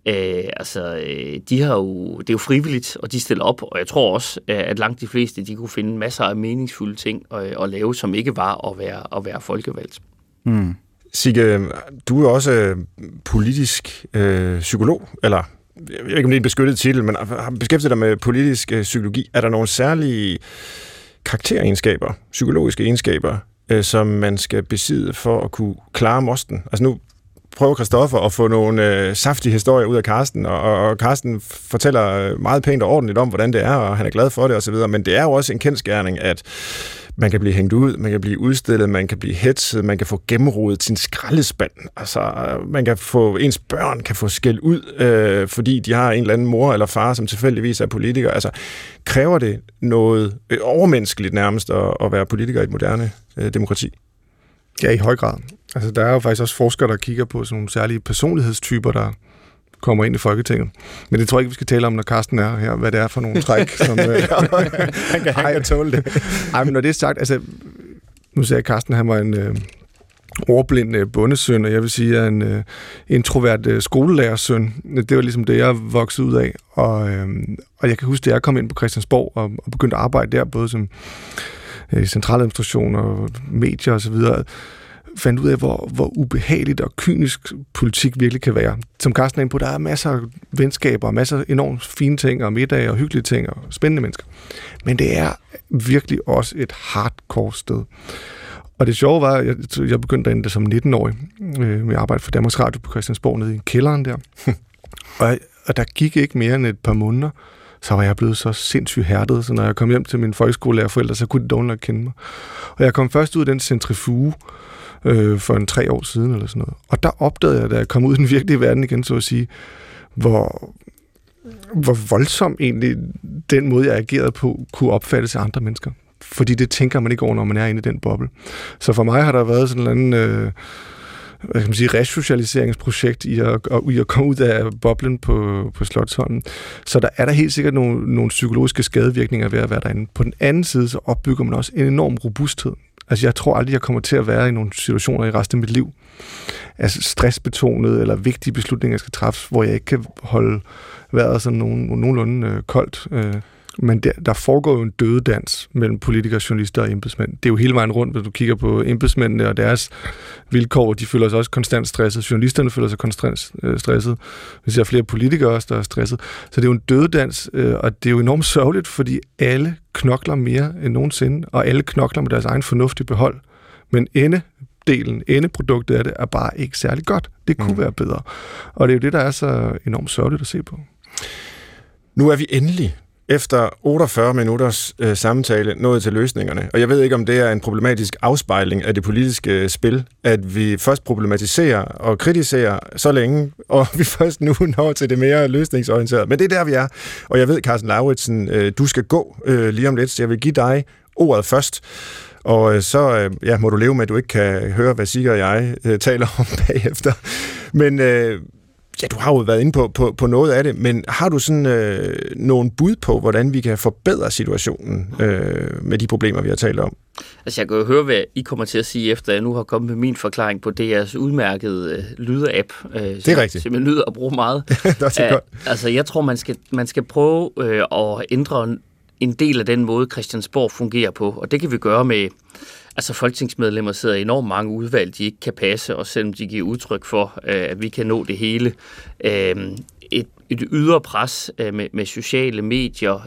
det er jo frivilligt, og de stiller op, og jeg tror også, at langt de fleste, de kunne finde masser af meningsfulde ting at lave, som ikke var at være folkevalgt. Mm. Sigge, du er også politisk psykolog, eller jeg ved ikke, om det er en beskyttet titel, men har beskæftiget dig med politisk psykologi. Er der nogle særlige karakteregenskaber, psykologiske egenskaber, som man skal besidde for at kunne klare mosten? Altså nu prøver Christoffer at få nogle saftige historier ud af Carsten, og Carsten fortæller meget pænt og ordentligt om, hvordan det er, og han er glad for det osv., men det er jo også en kendsgerning, at man kan blive hængt ud, man kan blive udstillet, man kan blive hetset, man kan få gennemrodet sin skraldespand. Altså, ens børn kan få skæld ud, fordi de har en eller anden mor eller far, som tilfældigvis er politiker. Altså, kræver det noget overmenneskeligt nærmest at være politiker i et moderne demokrati? Ja, i høj grad. Altså, der er jo faktisk også forskere, der kigger på sådan nogle særlige personlighedstyper, der kommer ind i Folketinget. Men det tror jeg ikke, vi skal tale om, når Carsten er her, hvad det er for nogle træk. Som, han kan tåle det. Ej, men når det er sagt, altså, nu sagde Carsten, han var en ordblind bondesøn, og jeg vil sige, at en introvert skolelærersøn. Det var ligesom det, jeg voksede ud af. Og jeg kan huske, at jeg kom ind på Christiansborg og begyndte at arbejde der, både som centraladministration og medier osv., fandt ud af, hvor ubehageligt og kynisk politik virkelig kan være. Som Carsten er inde på, der er masser af venskaber, og masser af enormt fine ting, og middage og hyggelige ting, og spændende mennesker. Men det er virkelig også et hardcore sted. Og det sjove var, at jeg begyndte derinde som 19-årig med at arbejde for Danmarks Radio på Christiansborg nede i kælderen der. og der gik ikke mere end et par måneder, så var jeg blevet så sindssygt hærdet, så når jeg kom hjem til mine folkeskolelærerforældre, så kunne de dog nok kende mig. Og jeg kom først ud af den centrifuge for 3 år siden eller sådan noget. Og der opdagede jeg, da jeg kom ud i den virkelige verden igen, så at sige, hvor voldsom egentlig den måde, jeg agerede på, kunne opfattes af andre mennesker. Fordi det tænker man ikke over, når man er inde i den boble. Så for mig har der været sådan en anden resocialiseringsprojekt i at komme ud af boblen på Slotsholmen. Så der er der helt sikkert nogle psykologiske skadevirkninger ved at være derinde. På den anden side, så opbygger man også en enorm robusthed. Altså, jeg tror aldrig, jeg kommer til at være i nogle situationer i resten af mit liv, altså stressbetonet eller vigtige beslutninger, jeg skal træffes, hvor jeg ikke kan holde vejret sådan nogenlunde koldt. Men der foregår jo en dødedans mellem politikere, journalister og embedsmænd. Det er jo hele vejen rundt, når du kigger på embedsmændene og deres vilkår. De føler sig også konstant stresset. Journalisterne føler sig konstant stresset. Vi ser flere politikere også, der er stresset. Så det er jo en dødedans, og det er jo enormt sørgeligt, fordi alle knokler mere end nogensinde, og alle knokler med deres egen fornuftige behold. Men endeproduktet af det er bare ikke særlig godt. Det kunne være bedre. Og det er jo det, der er så enormt sørgeligt at se på. Nu er vi endelig efter 48 minutters samtale nået til løsningerne. Og jeg ved ikke, om det er en problematisk afspejling af det politiske spil, at vi først problematiserer og kritiserer så længe, og vi først nu når til det mere løsningsorienterede. Men det er der, vi er. Og jeg ved, Carsten Lauritsen, du skal gå lige om lidt, så jeg vil give dig ordet først. Og så må du leve med, at du ikke kan høre, hvad Sigge og jeg taler om bagefter. Men du har jo været inde på noget af det, men har du sådan nogle bud på, hvordan vi kan forbedre situationen med de problemer, vi har talt om? Altså, jeg kan jo høre, hvad I kommer til at sige, efter jeg nu har kommet med min forklaring på DR's udmærkede lyde-app. Det er rigtigt. Som jeg nyder at bruge meget. Det er godt. Altså, jeg tror, man skal prøve at ændre en del af den måde, Christiansborg fungerer på, og det kan vi gøre med. Altså, folketingsmedlemmer sidder i enormt mange udvalg, de ikke kan passe, og selvom de giver udtryk for, at vi kan nå det hele. Et ydre pres med sociale medier,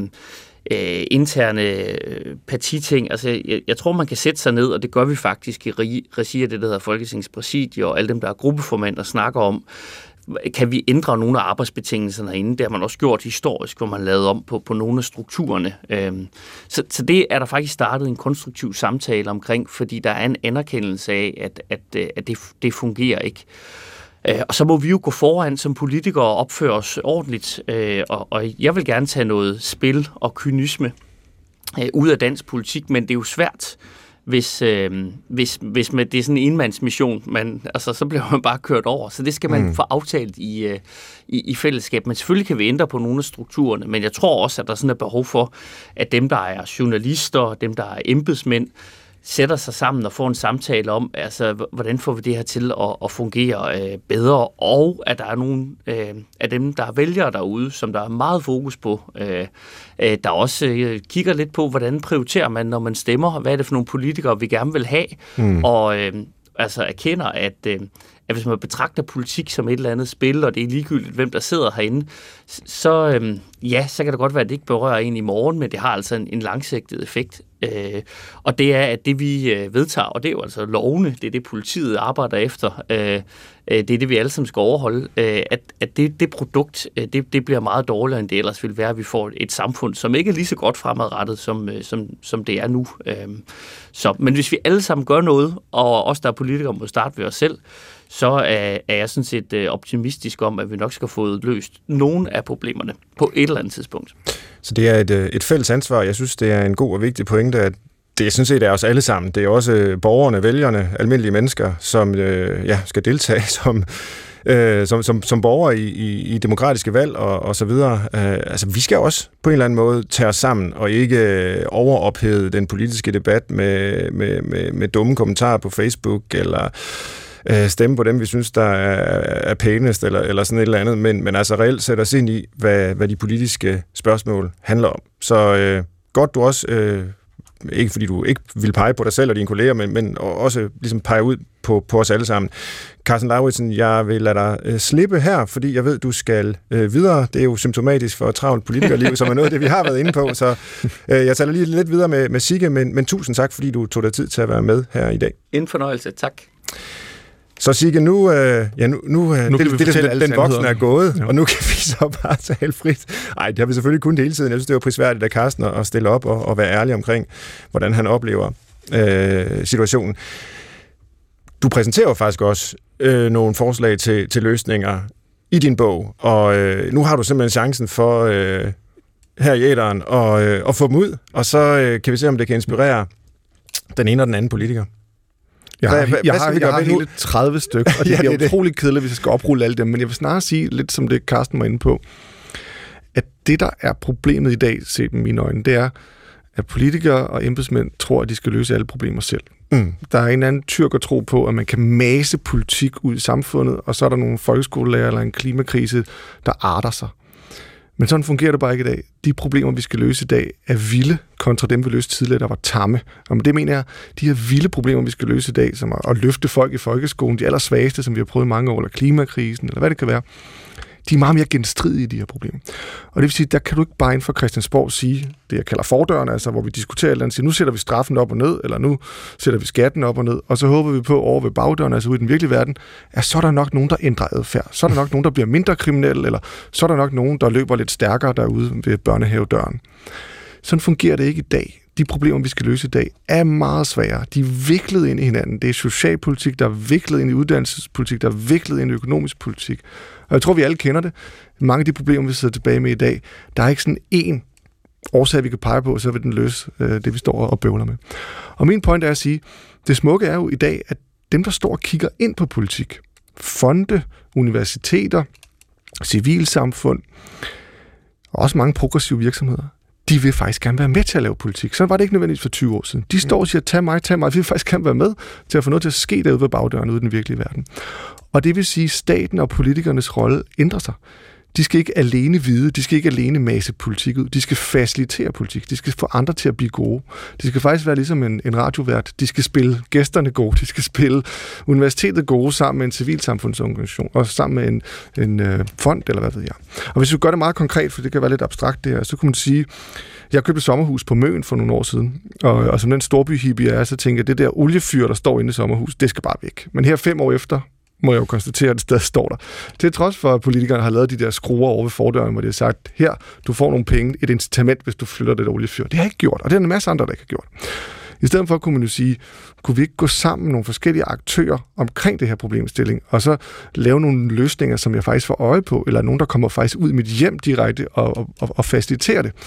interne partiting. Altså, jeg tror, man kan sætte sig ned, og det gør vi faktisk i regi af det, der hedder Folketingspræsidiet, og alle dem, der er gruppeformand, der snakker om, kan vi ændre nogle af arbejdsbetingelserne herinde? Det har man også gjort historisk, hvor man lavede om på nogle af strukturerne. Så det er der faktisk startet en konstruktiv samtale omkring, fordi der er en anerkendelse af, at det fungerer ikke. Og så må vi jo gå foran som politikere og opføre os ordentligt, og jeg vil gerne tage noget spil og kynisme ud af dansk politik, men det er jo svært, hvis med det er sådan en enmandsmission, så bliver man bare kørt over. Så det skal man få aftalt i fællesskab. Men selvfølgelig kan vi ændre på nogle af strukturerne, men jeg tror også, at der sådan er behov for, at dem, der er journalister, dem, der er embedsmænd, sætter sig sammen og får en samtale om, altså, hvordan får vi det her til at fungere bedre, og at der er nogle af dem, der er vælgere derude, som der er meget fokus på, der også kigger lidt på, hvordan prioriterer man, når man stemmer, hvad er det for nogle politikere, vi gerne vil have, og altså erkender, at hvis man betragter politik som et eller andet spil, og det er ligegyldigt, hvem der sidder herinde, så kan det godt være, at det ikke berører en i morgen, men det har altså en langsigtet effekt. Og det er, at det vi vedtager, og det er jo altså lovene, det er det politiet arbejder efter, det er det vi alle sammen skal overholde, at det produkt, det bliver meget dårligere, end det ellers vil være, at vi får et samfund, som ikke er lige så godt fremadrettet, som det er nu. Men hvis vi alle sammen gør noget, og os der er politikere må starte ved os selv, så er jeg sådan set optimistisk om, at vi nok skal få løst nogle af problemerne på et eller andet tidspunkt. Så det er et fælles ansvar. Jeg synes, det er en god og vigtig pointe, at det sådan set er os alle sammen. Det er også borgerne, vælgerne, almindelige mennesker, som skal deltage som borgere i demokratiske valg og så videre. Altså, vi skal også på en eller anden måde tage os sammen og ikke overophede den politiske debat med dumme kommentarer på Facebook eller stemme på dem, vi synes, der er pænest, eller sådan et eller andet, men altså reelt sætter os ind i, hvad de politiske spørgsmål handler om. Så godt du også, ikke fordi du ikke vil pege på dig selv og dine kolleger, men også ligesom pege ud på os alle sammen. Carsten Lauritsen, jeg vil lade dig slippe her, fordi jeg ved, du skal videre. Det er jo symptomatisk for travlt politikerliv, som er noget af det, vi har været inde på, så jeg taler lige lidt videre med Sigge, men tusind tak, fordi du tog dig tid til at være med her i dag. En fornøjelse, tak. Så Sigge, nu den voksne er gået, ja. Og nu kan vi så bare tale frit. Nej, det har vi selvfølgelig kun hele tiden. Jeg synes, det var prisværdigt af Carsten at stille op og være ærlig omkring, hvordan han oplever situationen. Du præsenterer jo faktisk også nogle forslag til løsninger i din bog, og nu har du simpelthen chancen for her i æteren at få dem ud, og så kan vi se, om det kan inspirere den ene og den anden politiker. Jeg har hele 30 stykker, og det bliver utroligt kedeligt, hvis jeg skal oprulle alle dem, men jeg vil snarere sige, lidt som det Carsten var inde på, at det, der er problemet i dag, set med mine øjne, det er, at politikere og embedsmænd tror, at de skal løse alle problemer selv. Der er en anden tyrkertro på, at man kan mase politik ud i samfundet, og så er der nogle folkeskolelærer eller en klimakrise, der arter sig. Men sådan fungerer det bare ikke i dag. De problemer, vi skal løse i dag, er vilde kontra dem, vi løste tidligere, der var tamme. Og med det mener jeg, de her vilde problemer, vi skal løse i dag, som at løfte folk i folkeskolen, de allersvageste, som vi har prøvet i mange år, eller klimakrisen, eller hvad det kan være, de er meget mere genstridige, de her problemer. Og det vil sige, der kan du ikke bare inden for Christiansborg sige, det jeg kalder fordøren, altså hvor vi diskuterer et eller andet, siger, nu sætter vi straffen op og ned, eller nu sætter vi skatten op og ned, og så håber vi på over ved bagdøren, altså ude i den virkelige verden, at så er der nok nogen, der ændrer adfærd. Så er der nok nogen, der bliver mindre kriminelle, eller så er der nok nogen, der løber lidt stærkere derude ved børnehavedøren. Sådan fungerer det ikke i dag. De problemer, vi skal løse i dag, er meget svære. De er viklet ind i hinanden. Det er socialpolitik, der er viklet ind i uddannelsespolitik, der er viklet ind i økonomisk politik. Og jeg tror, vi alle kender det. Mange af de problemer, vi sidder tilbage med i dag, der er ikke sådan én årsag, vi kan pege på, så vil den løse det, vi står og bøvler med. Og min point er at sige, det smukke er jo i dag, at dem, der står og kigger ind på politik, fonde, universiteter, civilsamfund, og også mange progressive virksomheder, de vil faktisk gerne være med til at lave politik. Sådan var det ikke nødvendigt for 20 år siden. De står og siger, tag mig. Vi vil faktisk gerne være med til at få noget til at ske derude ved bagdøren ude i den virkelige verden. Og det vil sige, at staten og politikernes rolle ændrer sig. De skal ikke alene vide, de skal ikke alene mase politik ud, de skal facilitere politik, de skal få andre til at blive gode. De skal faktisk være ligesom en radiovært, de skal spille gæsterne gode, de skal spille universitetet gode sammen med en civilsamfundsorganisation, og sammen med en fond, eller hvad ved jeg. Og hvis vi gør det meget konkret, for det kan være lidt abstrakt det her, så kunne man sige, jeg købte et sommerhus på Møn for nogle år siden, og som den storby-hippie er, så tænker jeg, det der oliefyr, der står inde i sommerhus, det skal bare væk. Men her 5 år efter, må jeg jo konstatere, at det stadig står der. Til trods for, at politikerne har lavet de der skruer over ved fordøren, hvor de har sagt, her, du får nogle penge, et incitament, hvis du flytter det der oliefyr. Det har jeg ikke gjort, og det er en masse andre, der ikke har gjort. I stedet for kunne man jo sige, kunne vi ikke gå sammen med nogle forskellige aktører omkring det her problemstilling, og så lave nogle løsninger, som jeg faktisk får øje på, eller nogen, der kommer faktisk ud i mit hjem direkte og faciliterer det.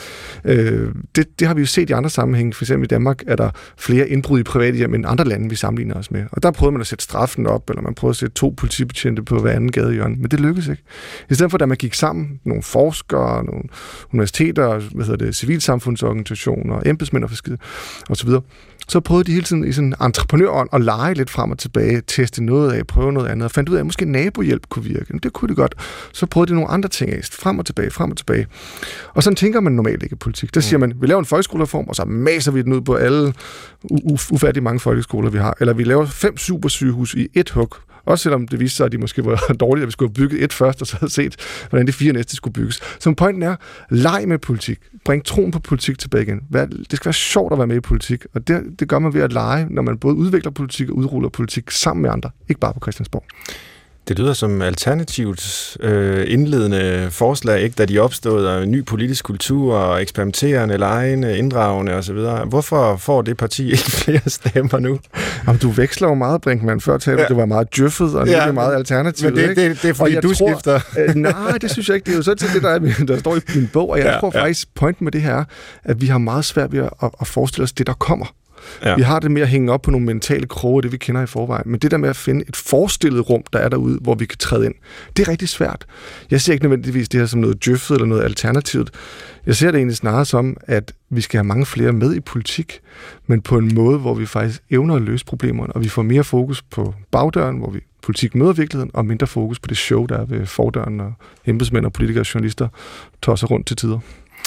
Det har vi jo set i andre sammenhænge. For eksempel i Danmark er der flere indbrud i private hjem end andre lande, vi sammenligner os med. Og der prøvede man at sætte straffen op, eller man prøvede at sætte 2 politibetjente på hver anden gadehjørne, men det lykkedes ikke. I stedet for, da man gik sammen, nogle forskere, nogle universiteter, civilsamfundsorganisationer, embedsmænd og så videre, så prøvede de hele tiden i sådan en entreprenørånd at lege lidt frem og tilbage, teste noget af, prøve noget andet, og fandt ud af, at måske nabohjælp kunne virke. Men det kunne det godt. Så prøvede de nogle andre ting af, frem og tilbage. Og sådan tænker man normalt ikke i politik. Der siger man, vi laver en folkeskolereform, og så maser vi den ud på alle ufattigt mange folkeskoler, vi har. Eller vi laver 5 supersygehus i et hug. Også selvom det viste sig, at de måske var dårlige, at vi skulle have bygget et først, og så havde set, hvordan de 4 næste skulle bygges. Så pointen er, leg med politik. Bring troen på politik tilbage igen. Det skal være sjovt at være med i politik, og det gør man ved at lege, når man både udvikler politik og udruller politik sammen med andre, ikke bare på Christiansborg. Det lyder som Alternativets indledende forslag, ikke, da de opstod af en ny politisk kultur og eksperimenterende, legende, inddragende osv. Hvorfor får det parti ikke flere stemmer nu? Jamen, du veksler jo meget, Brinkmann. Før talte det var meget djøffet, og nu er det meget Alternativt. Men det er fordi, du skifter. Nej, det synes jeg ikke. Det er jo sådan til det, der står i min bog, og jeg tror faktisk, pointen med det her, at vi har meget svært ved at forestille os det, der kommer. Ja. Vi har det med at hænge op på nogle mentale kroge, det vi kender i forvejen. Men det der med at finde et forestillet rum, der er derude, hvor vi kan træde ind, det er rigtig svært. Jeg ser ikke nødvendigvis det her som noget djøffet eller noget alternativt. Jeg ser det egentlig snarere som, at vi skal have mange flere med i politik, men på en måde, hvor vi faktisk evner at løse problemerne, og vi får mere fokus på bagdøren, hvor vi politik møder virkeligheden, og mindre fokus på det show, der er ved fordøren, og embedsmænd og politikere og journalister tosser rundt til tider.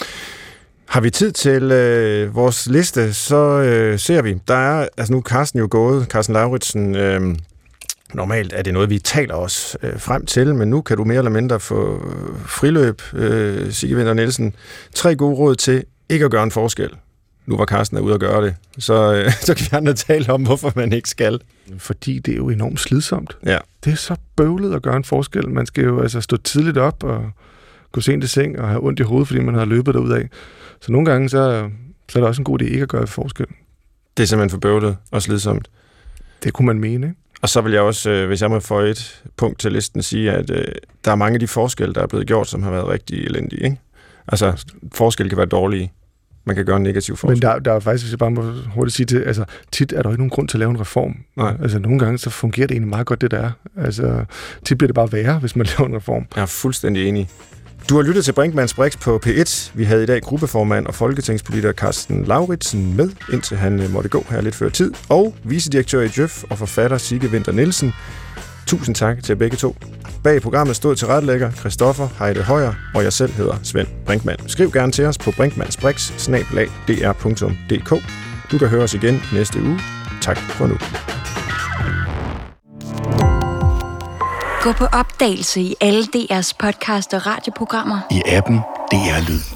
Har vi tid til vores liste, så ser vi. Der er, altså nu er Carsten jo gået, Carsten Lauritsen, normalt er det noget, vi taler os frem til, men nu kan du mere eller mindre få friløb, Sigge Winther Nielsen. 3 gode råd til ikke at gøre en forskel. Nu var Carsten ude at gøre det, så kan vi andre tale om, hvorfor man ikke skal. Fordi det er jo enormt slidsomt. Ja. Det er så bøvlet at gøre en forskel. Man skal jo altså stå tidligt op og gå sent i seng og have ondt i hovedet, fordi man har løbet derudad. Så nogle gange, så er det også en god idé ikke at gøre en forskel. Det er simpelthen for bøvlet og slidsomt. Det kunne man mene, ikke? Og så vil jeg også, hvis jeg må få et punkt til listen, sige, at der er mange af de forskelle, der er blevet gjort, som har været rigtig elendige, ikke? Altså, forskel kan være dårlige. Man kan gøre en negativ forskel. Men der er faktisk, hvis jeg bare må hurtigt sige det, altså tit er der ikke nogen grund til at lave en reform. Nej. Altså nogle gange, så fungerer det egentlig meget godt, det der er. Altså tit bliver det bare værre, hvis man laver en reform. Jeg er fuldstændig enig. Du har lyttet til Brinkmanns Brix på P1. Vi havde i dag gruppeformand og folketingspolitiker Carsten Lauritsen med, indtil han måtte gå her lidt før tid, og vicedirektør i Djøf og forfatter Sigge Winther Nielsen. Tusind tak til begge to. Bag programmet stod tilrettelægger Christoffer Heide Højer, og jeg selv hedder Svend Brinkmann. Skriv gerne til os på brinkmannsbrix@dr.dk. Du kan høre os igen næste uge. Tak for nu. Gå på opdagelse i alle DR's podcast og radioprogrammer. I appen DR Lyd.